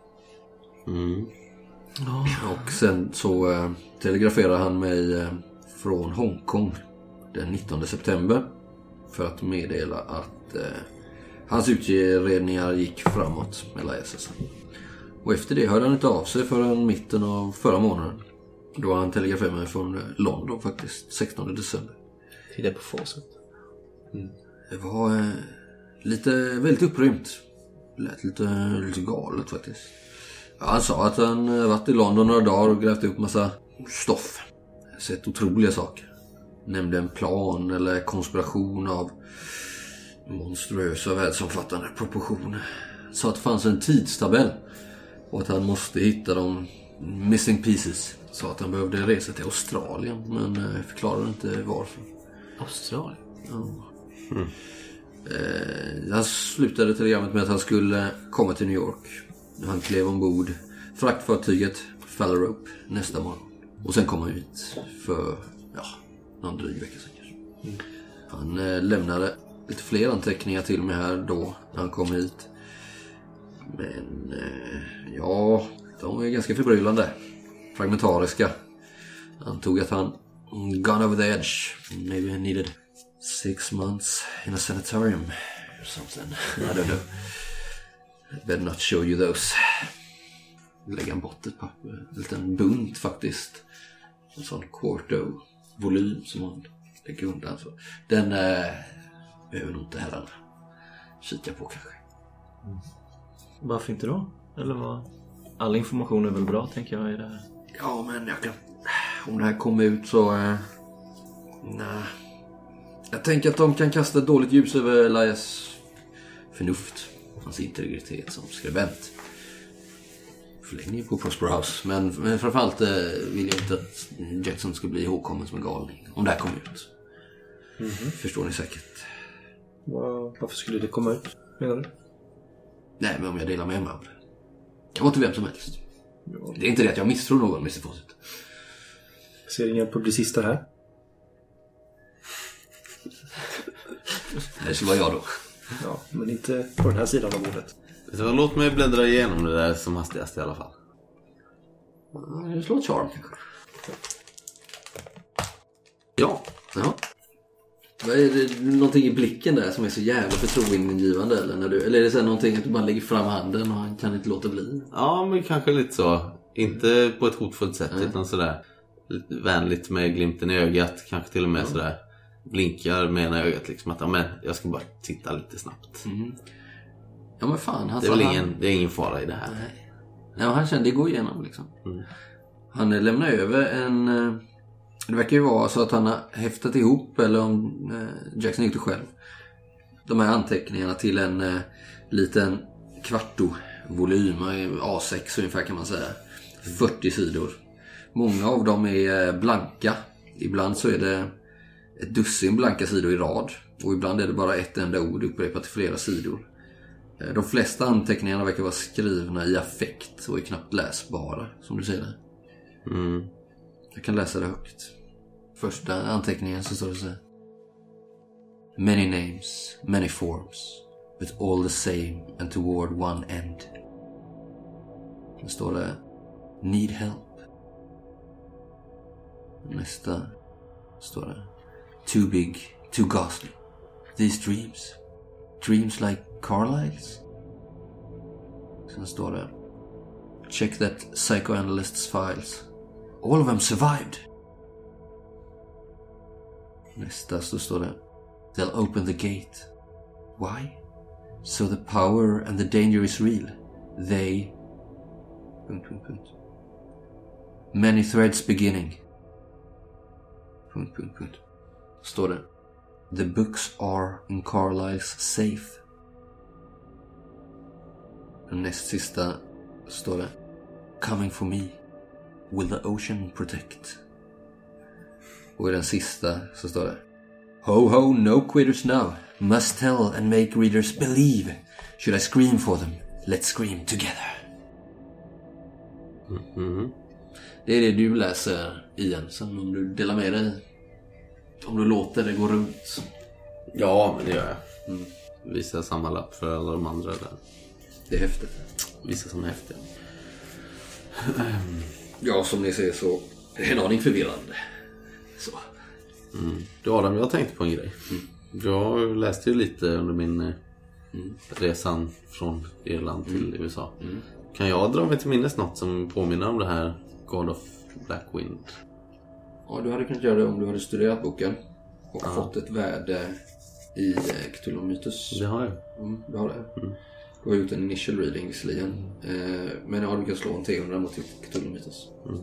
Mm. Oh. Och sen så äh, telegraferar han mig äh, från Hongkong den nittonde september. För att meddela att äh, hans utredningar gick framåt med Elias. Och efter det hörde han inte av sig förrän mitten av förra månaden. Då har han telegraferat mig från London faktiskt, sextonde december. Titta på Fawcett. Mm. Det var eh, lite, väldigt upprymt. Lät lite, lite galet faktiskt. Ja, han sa att han varit i London några dagar och grävt upp massa stoff. Sett otroliga saker. Nämnde en plan eller konspiration av monstruösa världsomfattande proportioner. Sa att det fanns en tidstabell och att han måste hitta de missing pieces. Sa att han behövde resa till Australien, men förklarade inte varför. Australien? Ja. Mm. Eh, han slutade telegrammet med att han skulle komma till New York. Han klev ombord fraktfartyget Phalarope nästa morgon. Och sen kom han hit för ja, någon dryg vecka sedan kanske. Mm. Han eh, lämnade lite fler anteckningar till mig här då när han kom hit. Men eh, ja, de är ganska förbryllande. Fragmentariska. antog att han gone over the edge. Maybe he needed six months in a sanatorium or something. I don't know. I better not show you those. Lägga en bort ett papper. En liten bunt faktiskt. En sån quarto-volym som man lägger undan. Så. Den eh, behöver nog inte herrarna kika på kanske. Mm. Varför inte då? Eller vad? All information är väl bra, tänker jag, i det här. Ja, men jag kan... Om det här kommer ut så... Eh... Nej. Jag tänker att de kan kasta ett dåligt ljus över Elias förnuft. Hans integritet som skribent. Förlängning på Prosper House. Men, men framförallt eh, vill jag inte att Jackson ska bli ihågkommen som en galning. Om det här kommer ut. Mm-hmm. Förstår ni säkert. Wow. Varför skulle det komma ut, menar du? Nej, men om jag delar med mig av det. Det var till vem som helst. Ja. Det är inte det att jag misstror någon, mister Fawcett. Jag ser inga publicister här. Det skulle vara jag då. Ja, men inte på den här sidan av bordet. Så låt mig bläddra igenom det där som hastigast i alla fall. Ja, slå ett charm kanske. Ja. Ja. Är det någonting i blicken där som är så jävla förtroendeingivande eller, när du, eller är det så någonting att du bara lägger fram handen och han kan inte låta bli? Ja, men kanske lite så. Inte på ett hotfullt sätt mm. utan sådär lite vänligt med glimten i ögat. Kanske till och med mm. sådär blinkar med ena ögat liksom att ja, men jag ska bara titta lite snabbt. Mm. Ja men fan. Han, det, är väl han, ingen, det är ingen fara i det här. Nej, nej han kände det går igenom liksom. Mm. Han lämnar över en... Det verkar ju vara så att han har häftat ihop, eller om Jackson gick det själv, de här anteckningarna till en eh, liten kvarto-volym, A sex ungefär kan man säga. fyrtio sidor. Många av dem är blanka. Ibland så är det ett dussin blanka sidor i rad. Och ibland är det bara ett enda ord upprepat till flera sidor. De flesta anteckningarna verkar vara skrivna i affekt och är knappt läsbara, som du säger. Mm. Jag kan läsa det högt. Första anteckningen så står det så här: Many names, many forms, but all the same and toward one end. Det står det: Need help. Nästa står det: Too big, too ghastly. These dreams, dreams like Carlyle's. Sen står det: Check that psychoanalyst's files. All of them survived. Nästa så står det: They'll open the gate. Why? So the power and the danger is real. They... Punkt, punkt, punkt. Many threads beginning. Punkt, punkt, punkt. Står det: The books are in Carlyle's safe. Och näst sista står det: Coming for me. Will the ocean protect? Och i den sista så står det: Ho ho, no quitters now. Must tell and make readers believe. Should I scream for them? Let's scream together. Mm-hmm. Det är det du läser igen. Sen om du delar med dig, om du låter det gå runt. Ja, men det gör jag. Mm. Visa samma lapp för alla de andra där. Det är häftigt. Visa som är häftiga. Ja, som ni ser så är det en aning förvirrande. Så. Mm. Du Adam, jag tänkte på en grej. Mm. Jag läste ju lite under min mm. resan från Irland till mm. U S A. Mm. Kan jag dra mig till minnes något som påminner om det här God of Blackwind? Ja, du hade kunnat göra det om du hade studerat boken och ja. fått ett värde i Cthulhu Mythos. Det har jag. Mm, du har det. Mm. Du har gjort en initial reading visserligen. Mm. Eh, men ja, du kan slå en T hundra mot Cthulhu Mythos. Mm.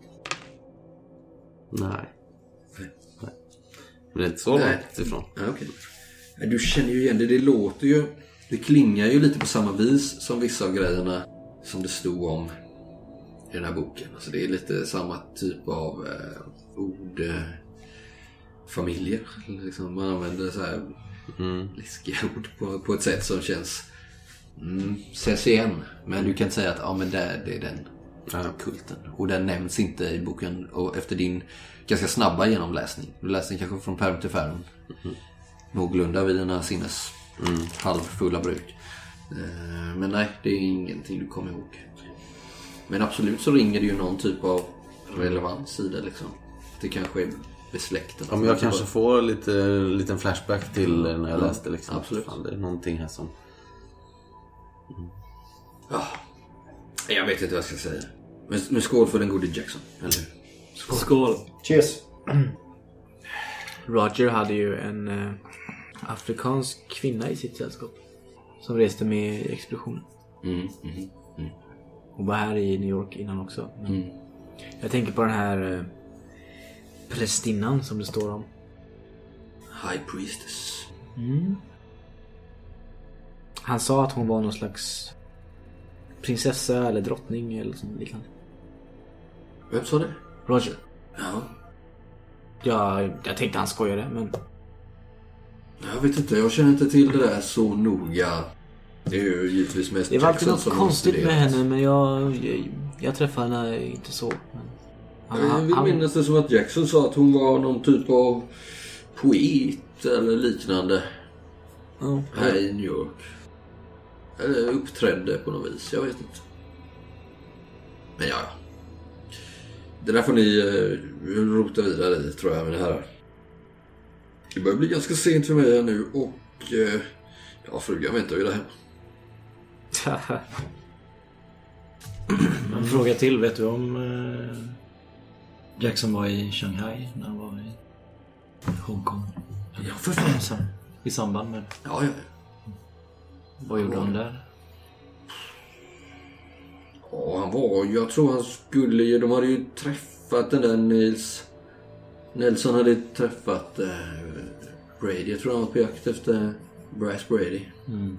Nej. Nej. Nej. Men det är inte så långt ifrån. Ja, okej. Okay. Du känner ju igen det. Det låter ju... Det klingar ju lite på samma vis som vissa av grejerna som det stod om i den här boken. Alltså det är lite samma typ av eh, ord... Eh, familjer. Liksom man använder så här mm. läskiga ord på, på ett sätt som känns... Mm, ses igen. Men du kan säga att ja, men det, det är den ja. kulten. Och den nämns inte i boken. Och efter din ganska snabba genomläsning. Du läste den kanske från pärm till pärm. Mm. Någorlunda vid dina sinnes mm. halvfulla bruk. eh, Men nej, det är ingenting du kommer ihåg. Men absolut så ringer det ju någon typ av relevans i det liksom. det kanske är besläktat. Ja, men jag kanske får lite liten flashback till när jag läste liksom. Absolut. Fan, det är någonting här som... Mm. Ja, jag vet inte vad jag ska säga. Men, men skål för den gode Jackson, eller hur? Skål. Skål. Cheers! Roger hade ju en eh, afrikansk kvinna i sitt sällskap. Som reste med i expeditionen. Mm, mm, mm. Hon var här i New York innan också. Men Mm. jag tänker på den här eh, prästinnan som det står om. High Priestess. Mm. Han sa att hon var någon slags prinsessa eller drottning eller sånt liknande. Vem sa det? Roger. Ja, Ja, jag tänkte han skojade, men... jag vet inte, jag känner inte till det där så noga. Det är ju givetvis mest Det var alltid Jackson något som konstigt har med studerat. henne, men jag, jag, jag träffade henne inte så. Men Jag vill minnas det som att Jackson sa att hon var någon typ av poet eller liknande ja, här i New York. Eller uppträdde på något vis, jag vet inte. Men ja, det där får ni eh, rota vidare i, tror jag, med det här. Det börjar bli ganska sent för mig här nu och eh, ja, frugan väntar ju där hemma. En fråga till, vet du om eh, Jackson var i Shanghai när han var i Hongkong? Ja, för fan. I samband med... Ja, ja. Vad gjorde han där? Ja, han var, jag tror han skulle ju, de hade ju träffat den där Nils. Nelson hade träffat eh, Brady. Jag tror han var på jakt efter Bryce Brady. Mm. Mm.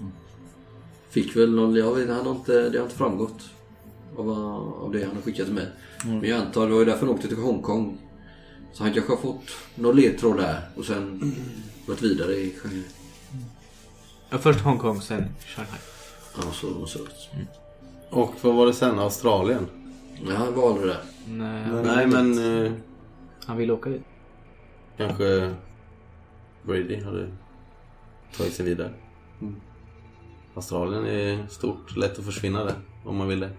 Fick väl någon, jag vet, han har inte, det har inte framgått av, av det han har skickat till mig. Mm. Men jag antar det var ju därför han åkte till Hongkong. Så han kanske har fått någon ledtråd där och sen gått vidare i Shanghai. ja, först Hongkong, sen Shanghai. Ja, så måste det varit. Mm. Och vad var det sen? Australien? Ja, han valde det. Nej, Men, Nej, men eh, han ville åka dit. kanske Brady hade tagit sig vidare. Mm. Australien är stort, lätt att försvinna där om man vill det.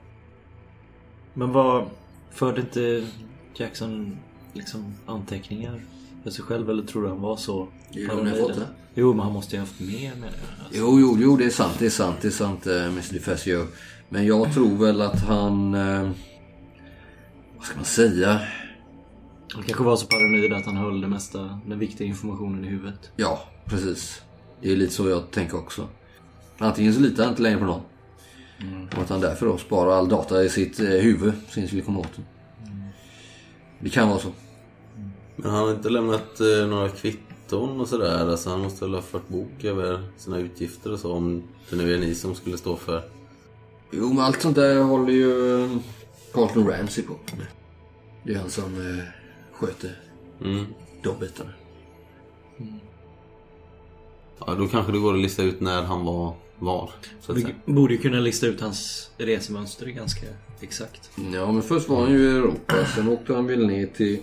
Men vad förde inte Jackson liksom anteckningar för sig själv, eller tror du han var så? Jo, har ni fått det? Jo, men han måste ju ha haft mer med det. Alltså. Jo, jo, jo, det är sant, det är sant, det är sant, eh, mister DeFazio. Men jag tror väl att han... Eh, vad ska man säga? Han kanske var så paranoid att han höll det mesta, den viktiga informationen i huvudet. Ja, precis. Det är lite så jag tänker också. Antingen så litar han inte längre på någon. Mm. Och att han därför då sparar all data i sitt eh, huvud, sin skulle komma åt. Mm. Det kan vara så. Men han har inte lämnat eh, några kvitton och sådär. Alltså han måste väl ha fört bok över sina utgifter och så, om det nu är ni som skulle stå för. Jo, men allt sånt där håller ju eh, Carlton Ramsey på. Det är han som eh, sköter Mm. de bitarna. Mm. Ja, då kanske det går att lista ut när han var var. Så att säga. Vi borde ju kunna lista ut hans resemönster ganska exakt. Ja, men först var han ju i Europa. Sen åkte han väl ner till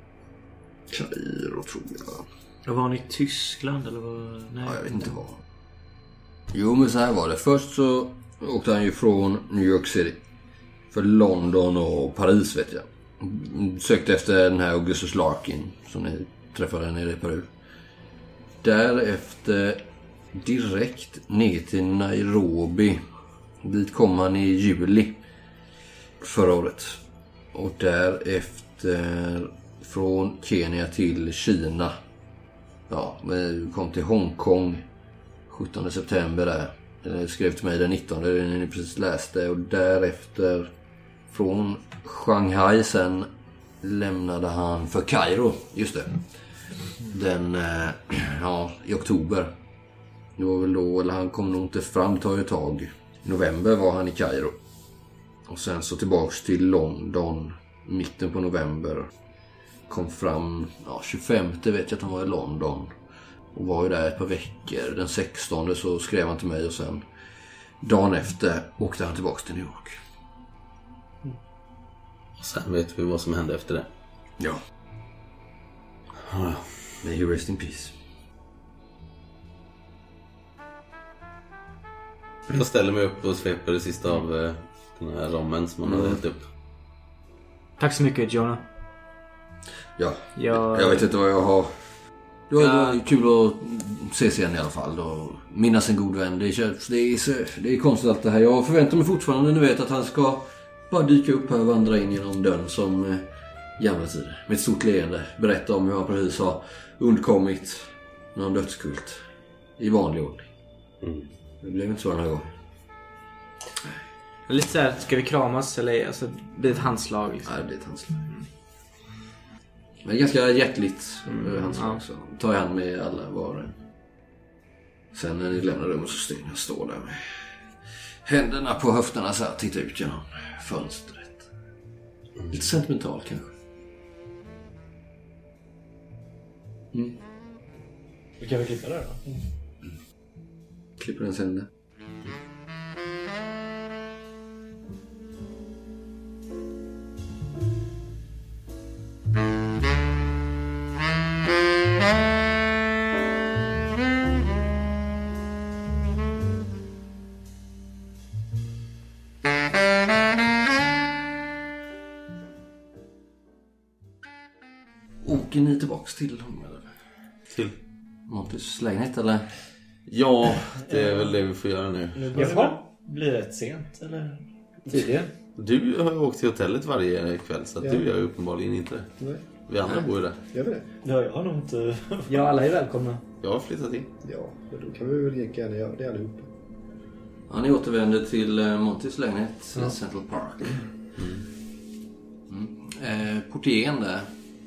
Kairo, tror jag. Var han i Tyskland eller vad? Nej, Ja, jag vet inte vad. Jo, men så här var det. Först så åkte han ju från New York City. För London och Paris, vet jag. Sökte efter den här Augustus Larkin som ni träffade nere i Peru. Därefter direkt ner till Nairobi. Dit kom han i juli förra året. Och därefter från Kenya till Kina. Ja, men kom till Hongkong sjuttonde september där. Jag skrev till mig den nittonde, det ni precis läste. Och därefter från Shanghai sen lämnade han för Kairo, just det. Den, ja, i oktober. Det var väl då, eller han kom nog inte fram, tar ju ett tag. I november var han i Kairo. Och sen så tillbaks till London mitten på november. Kom fram, ja, tjugofemte vet jag att han var i London. Och var ju där ett par veckor. Den sextonde så skrev han till mig och sen dagen efter åkte han tillbaks till New York. Och sen vet vi vad som hände efter det. Ja. Ja. May he rest in peace. Jag ställer mig upp och sveper det sista av eh, den här rommen som man Mm. hade hällt upp. Tack så mycket, Jonah. Ja, Jag, jag vet inte vad jag har. Det var Ja. kul att ses igen i alla fall och minnas en god vän. Det är, det är, så, det är konstigt allt det här. Jag förväntar mig fortfarande, nu vet att han ska bara dyka upp här och vandra in genom dörren som eh, gamla tider. Med ett stort leende. Berätta om hur han precis har undkommit någon dödskult i vanlig ordning. Mm. Det blev inte så den här gången. lite så här, ska vi kramas eller alltså, blir det ett handslag liksom? Nej, det blir ett handslag. Men ganska hjärtligt mm, handslag ja. också. Tar jag hand med alla var och en. Sen när ni lämnar rummet så står jag står där med händerna på höfterna så här, tittar ut genom fönstret. Mm. Lite sentimental kanske. Mm. Vi kan väl klippa det då? Mm. Klipper den sen där. Åker ni tillbaks till honom eller? Till? Montys lägenhet eller? Ja, det är väl det vi får göra nu. Nu börjar det bli rätt sent, eller tidigare. Du har ju åkt till hotellet varje kväll så att Ja. du gör ju uppenbarligen inte det. Nej, Vi andra bor ju där. gör vi det? Ja, jag har nog inte... Ja, alla är välkomna. Jag har flyttat in. Ja, men då kan vi väl gärna göra det allihopa. Ja, ni återvänder till eh, Montys lägenhet i Central Park. Mm. Eh, portieren där.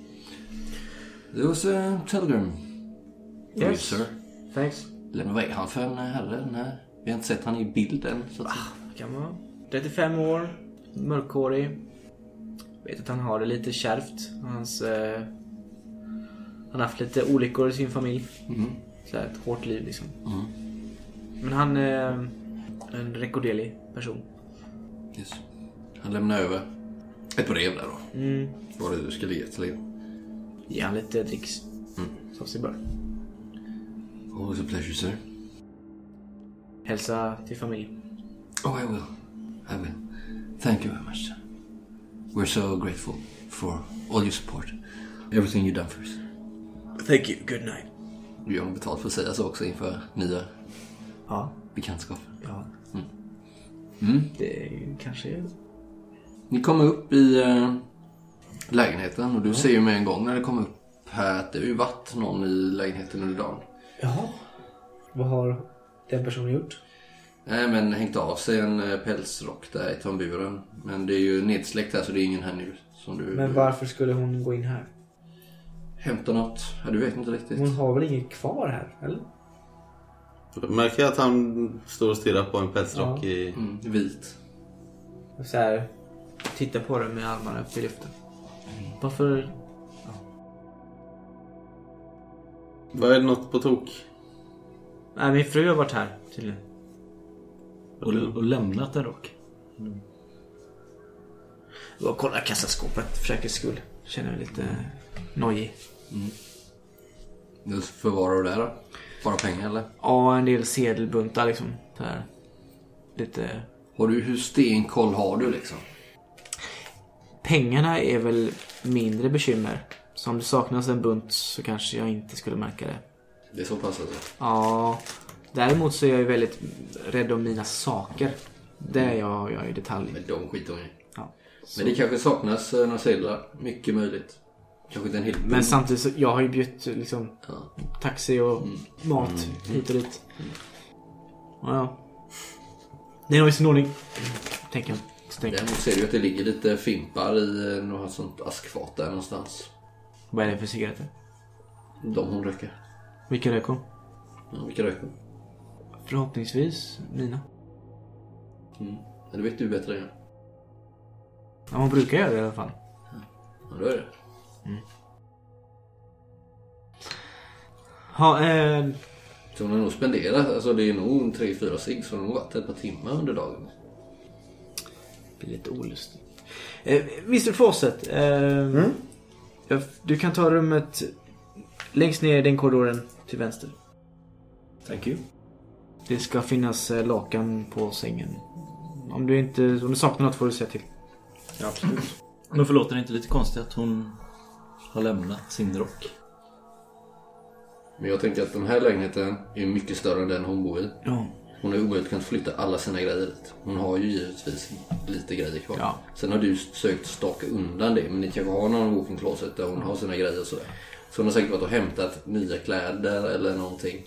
There was a telegram. For you, Yes. sir. Thanks. Eller vad är han för en herre? Nej, vi har inte sett han i bilden. Så att... Kan vara trettiofem år, mörkhårig. Vet att han har det lite kärvt. Hans, eh, han har haft lite olyckor i sin familj. Mm. Så här, ett hårt liv liksom. Mm. Men han är eh, en rekorderlig person. Yes. Han lämnar över ett brev där då. Mm. Vad det du ska ge till er. Ge han lite dricks. Mm. Som sig bör. Always a pleasure, sir. Hälsa till familjen. Oh, I will. I will. Thank you very much, sir. We're so grateful for all your support. Everything you've done for us. Thank you, good night. Vi har betalt för att säga så också inför nya Ja, bekantskap. ja. Mm. Mm. Det är ju kanske... Ni kommer upp i äh, lägenheten och du ser ju med en gång när det kommer upp här att det har ju varit någon i lägenheten under dagen. Jaha. Vad har den personen gjort? Nej, men hängt av sig en äh, pälsrock där i tamburen. Men det är ju nedsläckt här så det är ingen här nu. Som du, Men varför skulle hon gå in här? Hämta något? Ja, du vet inte riktigt. Hon har väl inget kvar här, eller? Märker jag att han står och stirrar på en pälsrock Ja. i... Mm, vit. Så här, titta på den med armarna upp i luften. Varför? Vad är det något på tok? Nej, min fru har varit här tydligen. Och, och lämnat en rock. Jag kollar kassaskåpet för säkerhets skull. Känner mig lite nojig. Du förvarar du där då? Bara pengar eller? Ja, en del sedelbuntar liksom. Så här. Lite... Har du, hur stenkoll har du liksom? Pengarna är väl mindre bekymmer. Så om det saknas en bunt så kanske jag inte skulle märka det. Det är så pass alltså. Ja, däremot så är jag ju väldigt rädd om mina saker. Det är jag, jag är i detalj. Men de skiter hon i. Ja. Men det kanske saknas eh, några sedlar. Mycket möjligt. Kanske inte en hel bunt. Men samtidigt så, jag har ju bjudit liksom Ja. taxi och mat hit och dit. Ja, ja. Det är nog i sin ordning. Tänker jag. Så tänker jag. Däremot ser du att det ligger lite fimpar i eh, något sånt askfat där någonstans. Vad är det för cigaretter? De hon röker. Vilka röker hon? Ja, vilka röker? Förhoppningsvis mina. Mm. Ja, det vet du bättre än jag. Ja, hon brukar göra det i alla fall. Ja, då är det. Ja, eh, Så hon har nog spenderat, alltså det är nog tre fyra cigg så hon har nog varit ett par timmar under dagen. det blir lite olustigt. Eh, mister Fawcett, eh, jag, du kan ta rummet längst ner i den korridoren till vänster. Thank you. Det ska finnas eh, lakan på sängen. Om du inte, om du saknar något får du säga till. Ja, absolut. Men förlåt, är det inte lite konstigt att hon har lämnat sin rock. Men jag tänker att den här lägenheten är mycket större än den hon bor i. Ja. Hon har omöjligt kunnat flytta alla sina grejer dit. Hon har ju givetvis lite grejer kvar. Ja. Sen har du sökt staka undan det. Men ni kanske har någon walk-in closet där hon har sina grejer och sådär. Så hon har säkert varit och hämtat nya kläder eller någonting.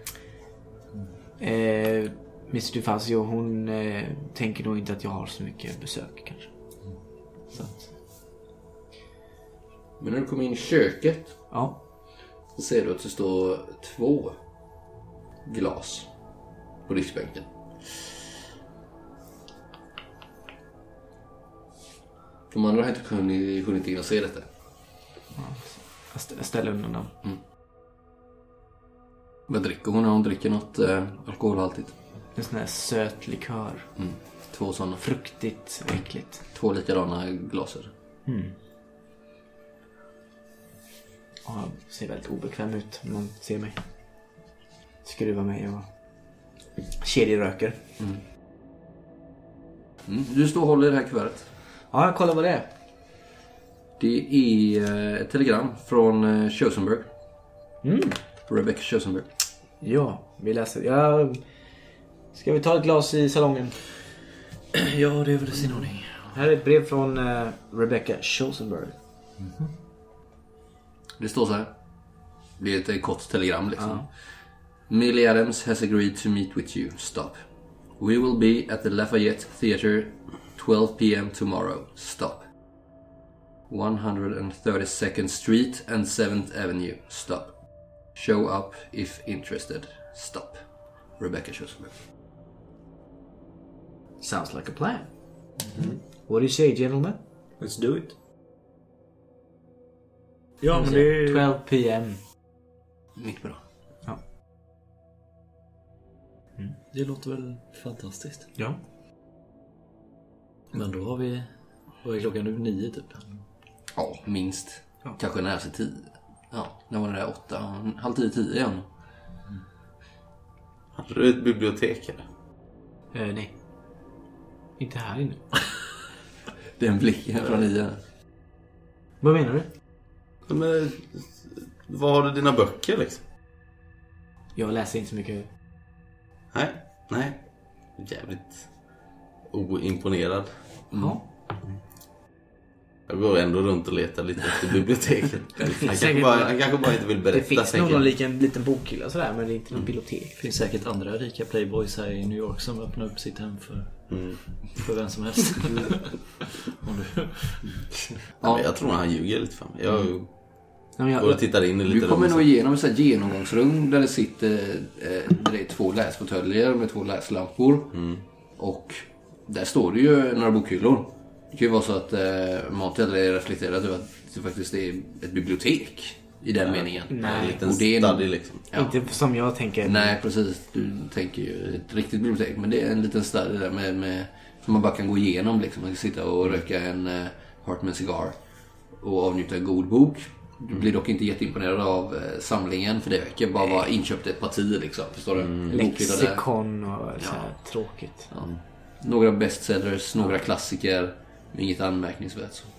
Eh, mister Dufazio, hon eh, tänker nog inte att jag har så mycket besök kanske. Så att, Men när du kommer in i köket ja. så ser du att det står två glas på diskbänken. De andra har inte kunnat, hunnit in och se detta. Jag st- jag ställer undan dem. Vad dricker hon när hon dricker något eh, alkoholhaltigt? En sån här söt likör. Mm. Två sådana. Fruktigt och äckligt. Två likadana glaser. Mm. Och jag ser väldigt obekväm ut om man ser mig. Skruvar mig och kedjeröker. Mm. Mm. Du står och håller i det här kuvertet. Ja, jag kollar vad det är. Det är ett telegram från Chosenberg. Mm. Rebecca Chosenberg. Ja, vi läser. Ja, ska vi ta ett glas i salongen? Ja, det är väl sin ordning. Här är ett brev från uh, Rebecca Chosenberg. Mm-hmm. Det står så här. Det är ett kort telegram liksom. Ja. Millie Adams has agreed to meet with you. Stop. We will be at the Lafayette Theatre twelve p.m. tomorrow. Stop. one thirty-second Street and seventh Avenue. Stop. Show up if interested. Stop. Rebecca Chosenberg. Sounds like a plan. Mm-hmm. What do you say, gentlemen? Let's do it. Ja, men det är... twelve p.m. Mycket bra. Ja. Mm. Det låter väl fantastiskt. Ja. Men då har vi... Vad är klockan nu? Nio typ? Ja, minst. Ja. Kanske nära sig tio. Ja, när var det där? Åtta? Halv tio, tio igen. Mm. Hade du ett bibliotek eller? Eh, nej. Inte här inne. Den blicken från nio. Vad menar du? Men, vad har du dina böcker liksom? Jag läser inte så mycket. Nej, nej. Jävligt oimponerad. Mm. Jag går ändå runt och letar lite efter biblioteket. Han kanske, säkert bara, någon- han kanske bara inte vill berätta. Det finns säkert. någon liten, liten bokhylla sådär, men det är inte någon bibliotek. Det finns säkert andra rika playboys här i New York som öppnar upp sitt hem för, Mm. för vem som helst. Om du... Ja, men jag tror han ljuger lite för mig. Jag Ja, men jag, går och tittar in i lite Du kommer rum. nog igenom ett så här genomgångsrum där det sitter eh, där det är två läsfåtöljer med två läslampor. Mm. Och där står det ju några bokhyllor. Det kan ju vara så att eh, Montel är reflekterat över att det faktiskt är ett bibliotek i den meningen. En nej, liten Och det är en- study liksom. Ja. inte som jag tänker. Nej, precis. Du tänker ju ett riktigt bibliotek. Men det är en liten study där med, med, som man bara kan gå igenom. Liksom. Man kan sitta och röka en uh, Hartman cigar och avnjuta en god bok. Du blir dock inte jätteimponerad av uh, samlingen. För det verkar bara vara inköpt ett parti. Liksom. Förstår du? Mm. Lexikon och så här tråkigt. Ja. Några bestsellers, några klassiker. Inget anmärkningsvärt. Så.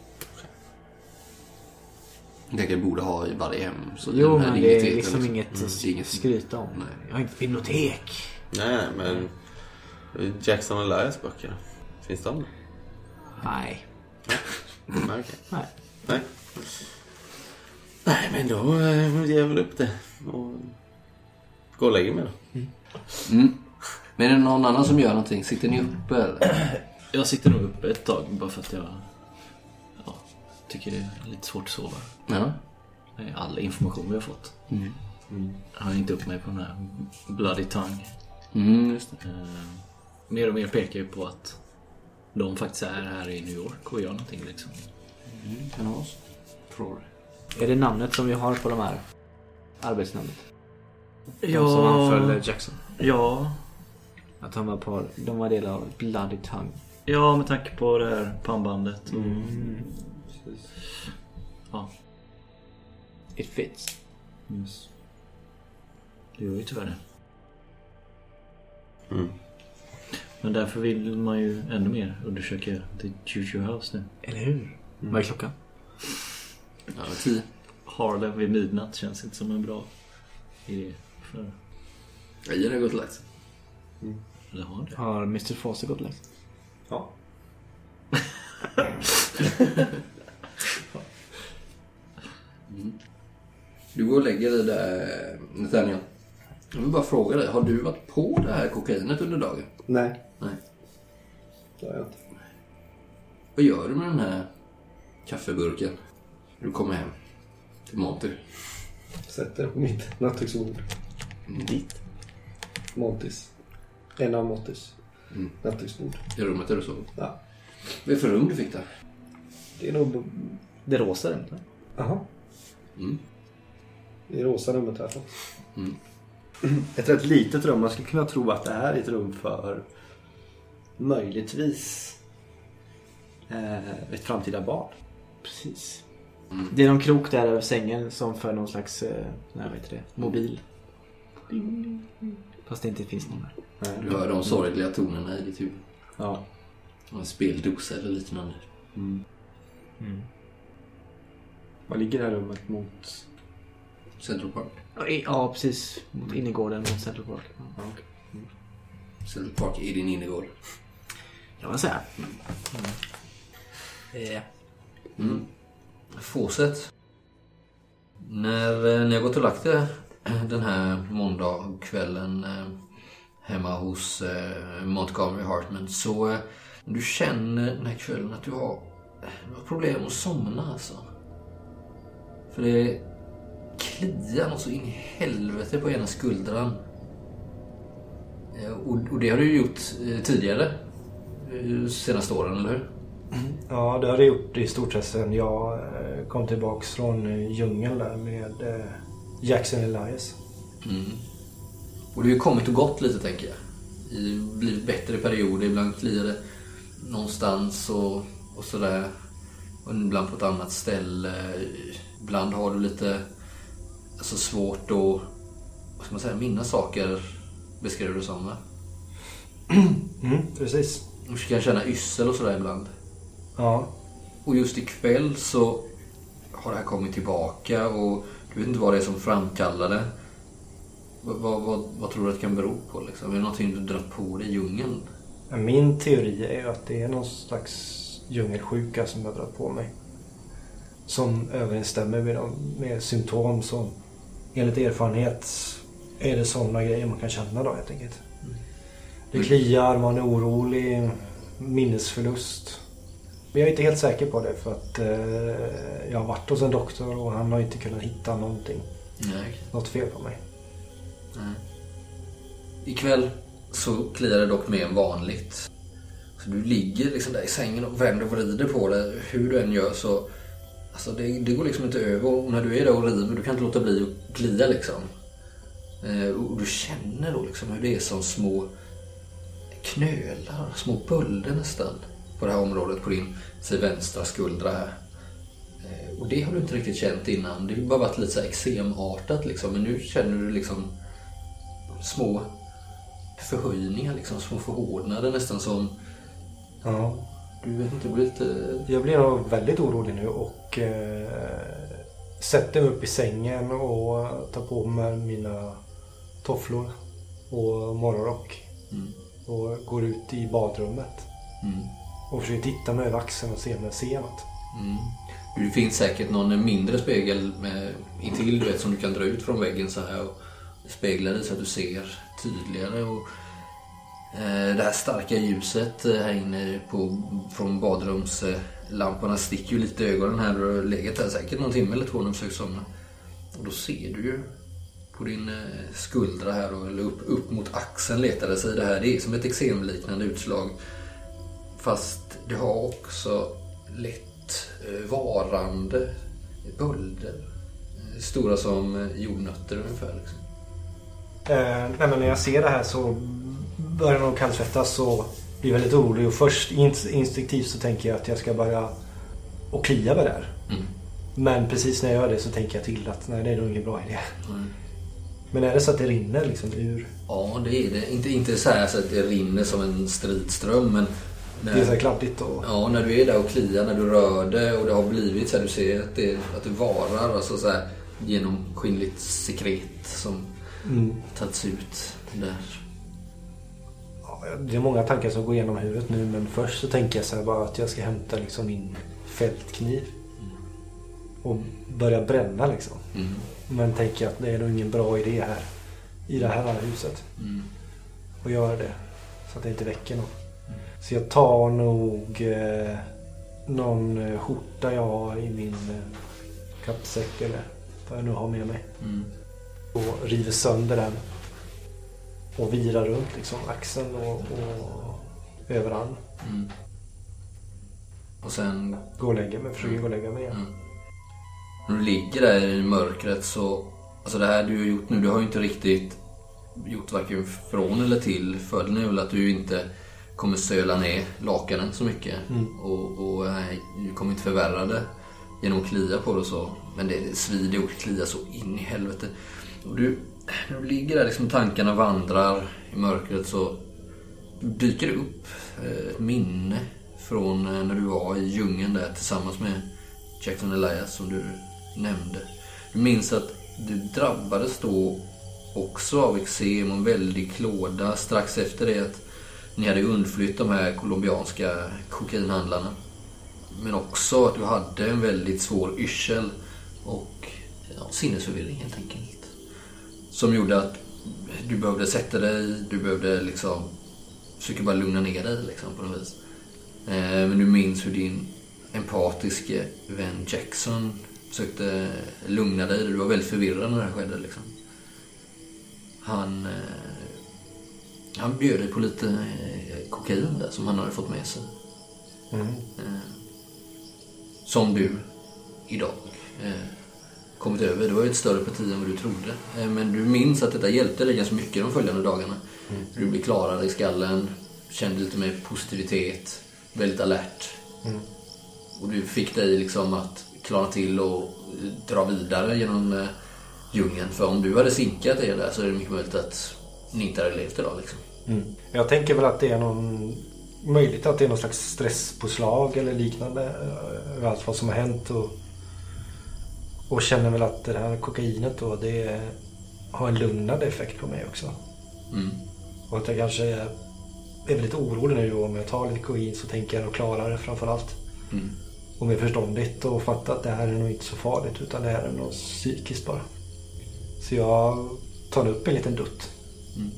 Jag tänker att jag borde ha i varje hem. Så Jo, den här men det är digniteten, liksom liksom. inget Mm, att det är inget- skryta om. Nej. Jag har inte bibliotek. Nej, nej, men Jackson Elias böcker. Finns de? Nej. Nej, okej. Nej. Nej. Nej, men då eh, ger jag väl upp det. Och gå och lägga mig då. Mm. Men är det någon annan som gör någonting? Sitter ni uppe eller? Jag sitter nog uppe ett tag bara för att jag ja, tycker det är lite svårt att sova. Ja. Med all information vi har fått. Mm. Jag har inte upp mig på den här bloody tongue. Mm, just det. Eh, mer och mer pekar ju på att de faktiskt är här i New York och gör någonting liksom. Mm, kan det vara så? Tror Är det namnet som vi har på de här? Arbetsnamnet? De Ja. som anföll Jackson. Ja, Att de var, par, de var del av Bloody Tongue. ja med tanke på det här pannbandet. Mm. Ja, It fits. yes. Det gör ju tyvärr det. Mm. Men därför vill man ju ännu mer undersöka The Juju House nu. Eller hur? Vad är klockan? Ja, tio. Harlem vid midnatt känns inte som en bra idé. För... Ja, det har gått lätt. Mm. Det har det. Har mister Foster gått lätt? Ja. Mm. Du går och lägger dig där, Nathaniel. Jag vill bara fråga dig, har du varit på det här kokainet under dagen? Nej. Nej. Det har jag inte. Vad gör du med den här kaffeburken? Du kommer hem till Monty. Sätter på mitt nattduksbord. Mm. Ditt? Montis. En av Montis. Mm. Nattduksbord. I rummet där du sov? Ja. Vad är det för rum du fick där? Det är nog... Det rosa rummet. Jaha. Mm. Det är rosa rummet här. Mm. Ett rätt litet rum. Man skulle kunna tro att det här är ett rum för möjligtvis eh, ett framtida barn. Precis. Mm. Det är någon krok där över sängen som för någon slags eh, nej, vet det, mobil. Fast det inte finns någon där. Nej. Du hör de sorgliga tonerna i ditt huvud. Ja. En speldosa eller liknande. Mm. Mm. Vad ligger det här rummet mot? Central Park. Ja, precis. Mot innergården mot Central Park. Ja, okay. Mm. Central Park är din innergård. Kan man säga. Mm. Mm. Mm. Fåset. När ni har gått och lagt det den här måndagskvällen eh, hemma hos eh, Montgomery Hartman, så eh, du känner den här kvällen att du har, du har problem att somna alltså. För det kliar något så in i helvete på ena skuldran. Eh, och, och det har du gjort eh, tidigare eh, senaste åren, eller hur? Ja, det har det gjort i stort sett sedan jag kom tillbaks från djungeln där med Jackson Elias. Mm. Och det har ju kommit och gått lite, tänker jag. Det har blivit bättre perioder. Ibland kliar det någonstans och, och sådär. Och ibland på ett annat ställe. Ibland har du lite alltså, svårt att, vad ska man säga, minnas saker, beskriver du som, va? Mm, precis. Du kan känna yssel och sådär ibland. Ja. Och just ikväll så har det här kommit tillbaka och du vet inte vad det är som framkallar det. Vad, vad, vad, vad tror du att det kan bero på? Liksom? Är det någonting du drar på dig i djungeln? Min teori är att det är någon slags djungelsjuka som jag drar på mig. Som överensstämmer med, de, med symptom som enligt erfarenhet är det sådana grejer man kan känna då, helt enkelt. Det kliar, man är orolig, minnesförlust. Men jag är inte helt säker på det för att eh, jag har varit hos en doktor och han har inte kunnat hitta någonting. Nej. Något fel på mig. Nej. Ikväll så kliar det dock mer än vanligt. Så du ligger liksom där i sängen och vänder och vrider på det. Hur du än gör så alltså det, det går liksom inte över. Och när du är där och river, du kan inte låta bli att klia liksom. Eh, och du känner då liksom hur det är som små knölar, små bölder nästan på det här området på din sig vänstra skuldra här. Eh, och det har du inte riktigt känt innan. Det har bara varit lite så här eksemartat liksom. Men nu känner du liksom små förhöjningar liksom, små förhårdnader nästan som ja. Du vet inte, det blir lite... Jag blir väldigt orolig nu och eh, sätter mig upp i sängen och tar på mig mina tofflor och morgonrock. Mm. Och går ut i badrummet. Mm. Och försöker titta mig över axeln och se om jag ser något. Mm. Det finns säkert någon mindre spegel med, intill, du vet, som du kan dra ut från väggen så här och spegla dig så att du ser tydligare. Och eh, det här starka ljuset här inne på, från badrumslamporna sticker ju lite i ögonen här. Du har legat där säkert någon timme eller två när du försöker somna. Och då ser du ju på din eh, skuldra här då, eller upp, upp mot axeln letar det sig det här. Det är som ett eksemliknande utslag. Fast det har också lätt eh, varande bölder. Eh, stora som eh, jordnötter ungefär liksom. Eh, nej, men när jag ser det här så börjar jag nog kallsvettas och blir väldigt orolig. Och först instinktivt så tänker jag att jag ska börja och klia mig där. Mm. Men precis när jag gör det så tänker jag till att nej, det är nog ingen bra idé. Mm. Men är det så att det rinner liksom ur? Ja, det är det. Inte, inte så här så att det rinner som en stridström, men Det är så här kladdigt och... Ja, när du är där och kliar, när du rör det och det har blivit så här, du ser att det, att det varar, alltså så här genomskinligt sekret som mm. tagits ut där. Ja, det är många tankar som går igenom huvudet nu, men först så tänker jag så här bara att jag ska hämta liksom min fältkniv mm. och börja bränna liksom. Mm. Men tänker att det är nog ingen bra idé här i det här huset. Mm. Och göra det så att det inte väcker någon. Mm. Så jag tar nog eh, någon eh, skjorta jag har i min eh, kappsäck eller vad jag nu har med mig. Mm. Och river sönder den. Och virar runt liksom axeln och, och överarm. Mm. Och sen... Gå och lägga mig, försöker mm. gå och lägga mig igen. Mm. När du ligger där i mörkret så... Alltså det här du har gjort nu, du har ju inte riktigt gjort varken från eller till. Fördelen är väl att du inte kommer söla ner lakanen så mycket. Mm. Och, och du kommer inte förvärra det genom att klia på det och så. Men det svider och kliar så in i helvete. Och du, när du ligger där liksom, tankarna vandrar i mörkret, så dyker det upp ett minne från när du var i djungeln där tillsammans med Jackson Elias som du nämnde. Du minns att du drabbades då också av eksem och en väldig klåda strax efter det att ni hade undflytt de här colombianska kokainhandlarna. Men också att du hade en väldigt svår yrsel och ja, sinnesförvirring helt enkelt. Som gjorde att du behövde sätta dig, du behövde liksom försöka bara lugna ner dig liksom på något vis. Eh, men du minns hur din empatiske vän Jackson försökte lugna dig. Du var väldigt förvirrad när det här skedde liksom. Han, eh, han bjöd dig på lite eh, kokain där som han hade fått med sig. Mm. Eh, som du idag eh, kommit över. Det var ju ett större parti än vad du trodde. Eh, men du minns att detta hjälpte dig ganska mycket de följande dagarna. Mm. Du blev klarare i skallen, kände lite mer positivitet, väldigt alert. Mm. Och du fick dig liksom att klara till och dra vidare genom eh, djungeln. För om du hade sinkat er där så är det mycket möjligt att ni inte hade levt idag liksom. Mm. Jag tänker väl att det är någon möjligt att det är någon slags stresspåslag eller liknande över allt vad som har hänt och, och känner väl att det här kokainet då, det har en lugnande effekt på mig också. Mm. Och att jag kanske är, är väldigt orolig nu om jag tar lite kokain så tänker jag nog klara det framförallt. Mm. Om jag är förståndigt och fattar att det här är nog inte så farligt utan det här är nog psykiskt bara. Så jag tar upp en liten dutt. Mm.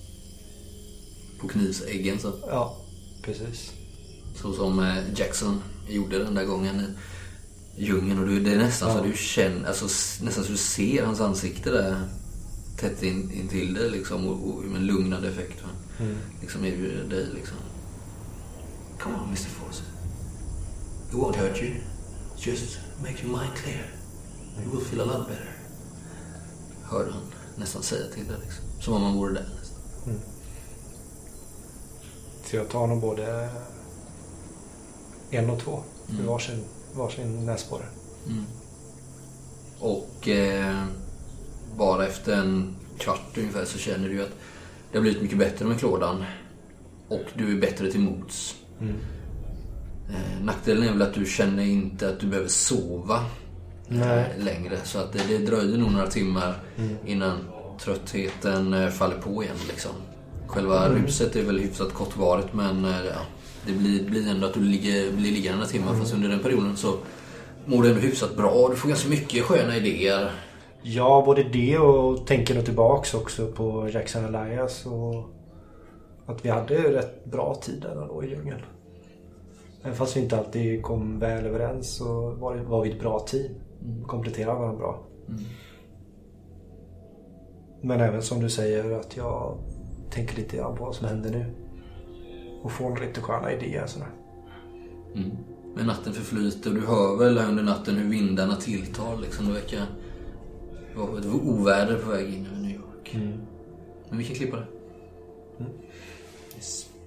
På knivsäggen så? Ja, precis. Så som Jackson gjorde den där gången i djungeln. Och det är nästan ja. så att du känner, alltså nästan så du ser hans ansikte där tätt in, in till det liksom, och, och med en lugnande effekt. Mm. Liksom erbjuder dig liksom. Come on mister Force. It won't hurt you. Just make your mind clear. You will feel a lot better. Hörde han nästan säga till det liksom. Som om man vore där nästan. Mm. Så jag tar nog både en och två. Mm. Varsin, varsin näsborre. Mm. Och eh, bara efter en kvart ungefär så känner du att det har blivit mycket bättre med klådan. Och du är bättre till mods. Mm. Eh, nackdelen är väl att du känner inte att du behöver sova eh, längre. Så att det, det dröjer nog några timmar mm. innan tröttheten eh, faller på igen liksom. Själva mm. ruset är väl hyfsat kortvarigt, men eh, ja, det blir, blir ändå att du ligger, blir liggande några timmar. Mm. Fast under den perioden så mår du ändå hyfsat bra. Du får ganska mycket sköna idéer. Ja, både det och tänker nog tillbaks också på Jackson Elias och att vi hade rätt bra tid där då i djungeln. Även fast vi inte alltid kom väl överens så var, det, var vi ett bra team. Mm. Kompletterade varandra bra. Mm. Men även som du säger att jag tänker lite grann på vad som händer nu. Och får lite sköna idéer sådär. Mm. Men natten förflyter och du hör väl under natten hur vindarna tilltar liksom. Det verkar vara ett oväder på väg in över New York. Mm. Men vi kan klippa det. Mm. Yes.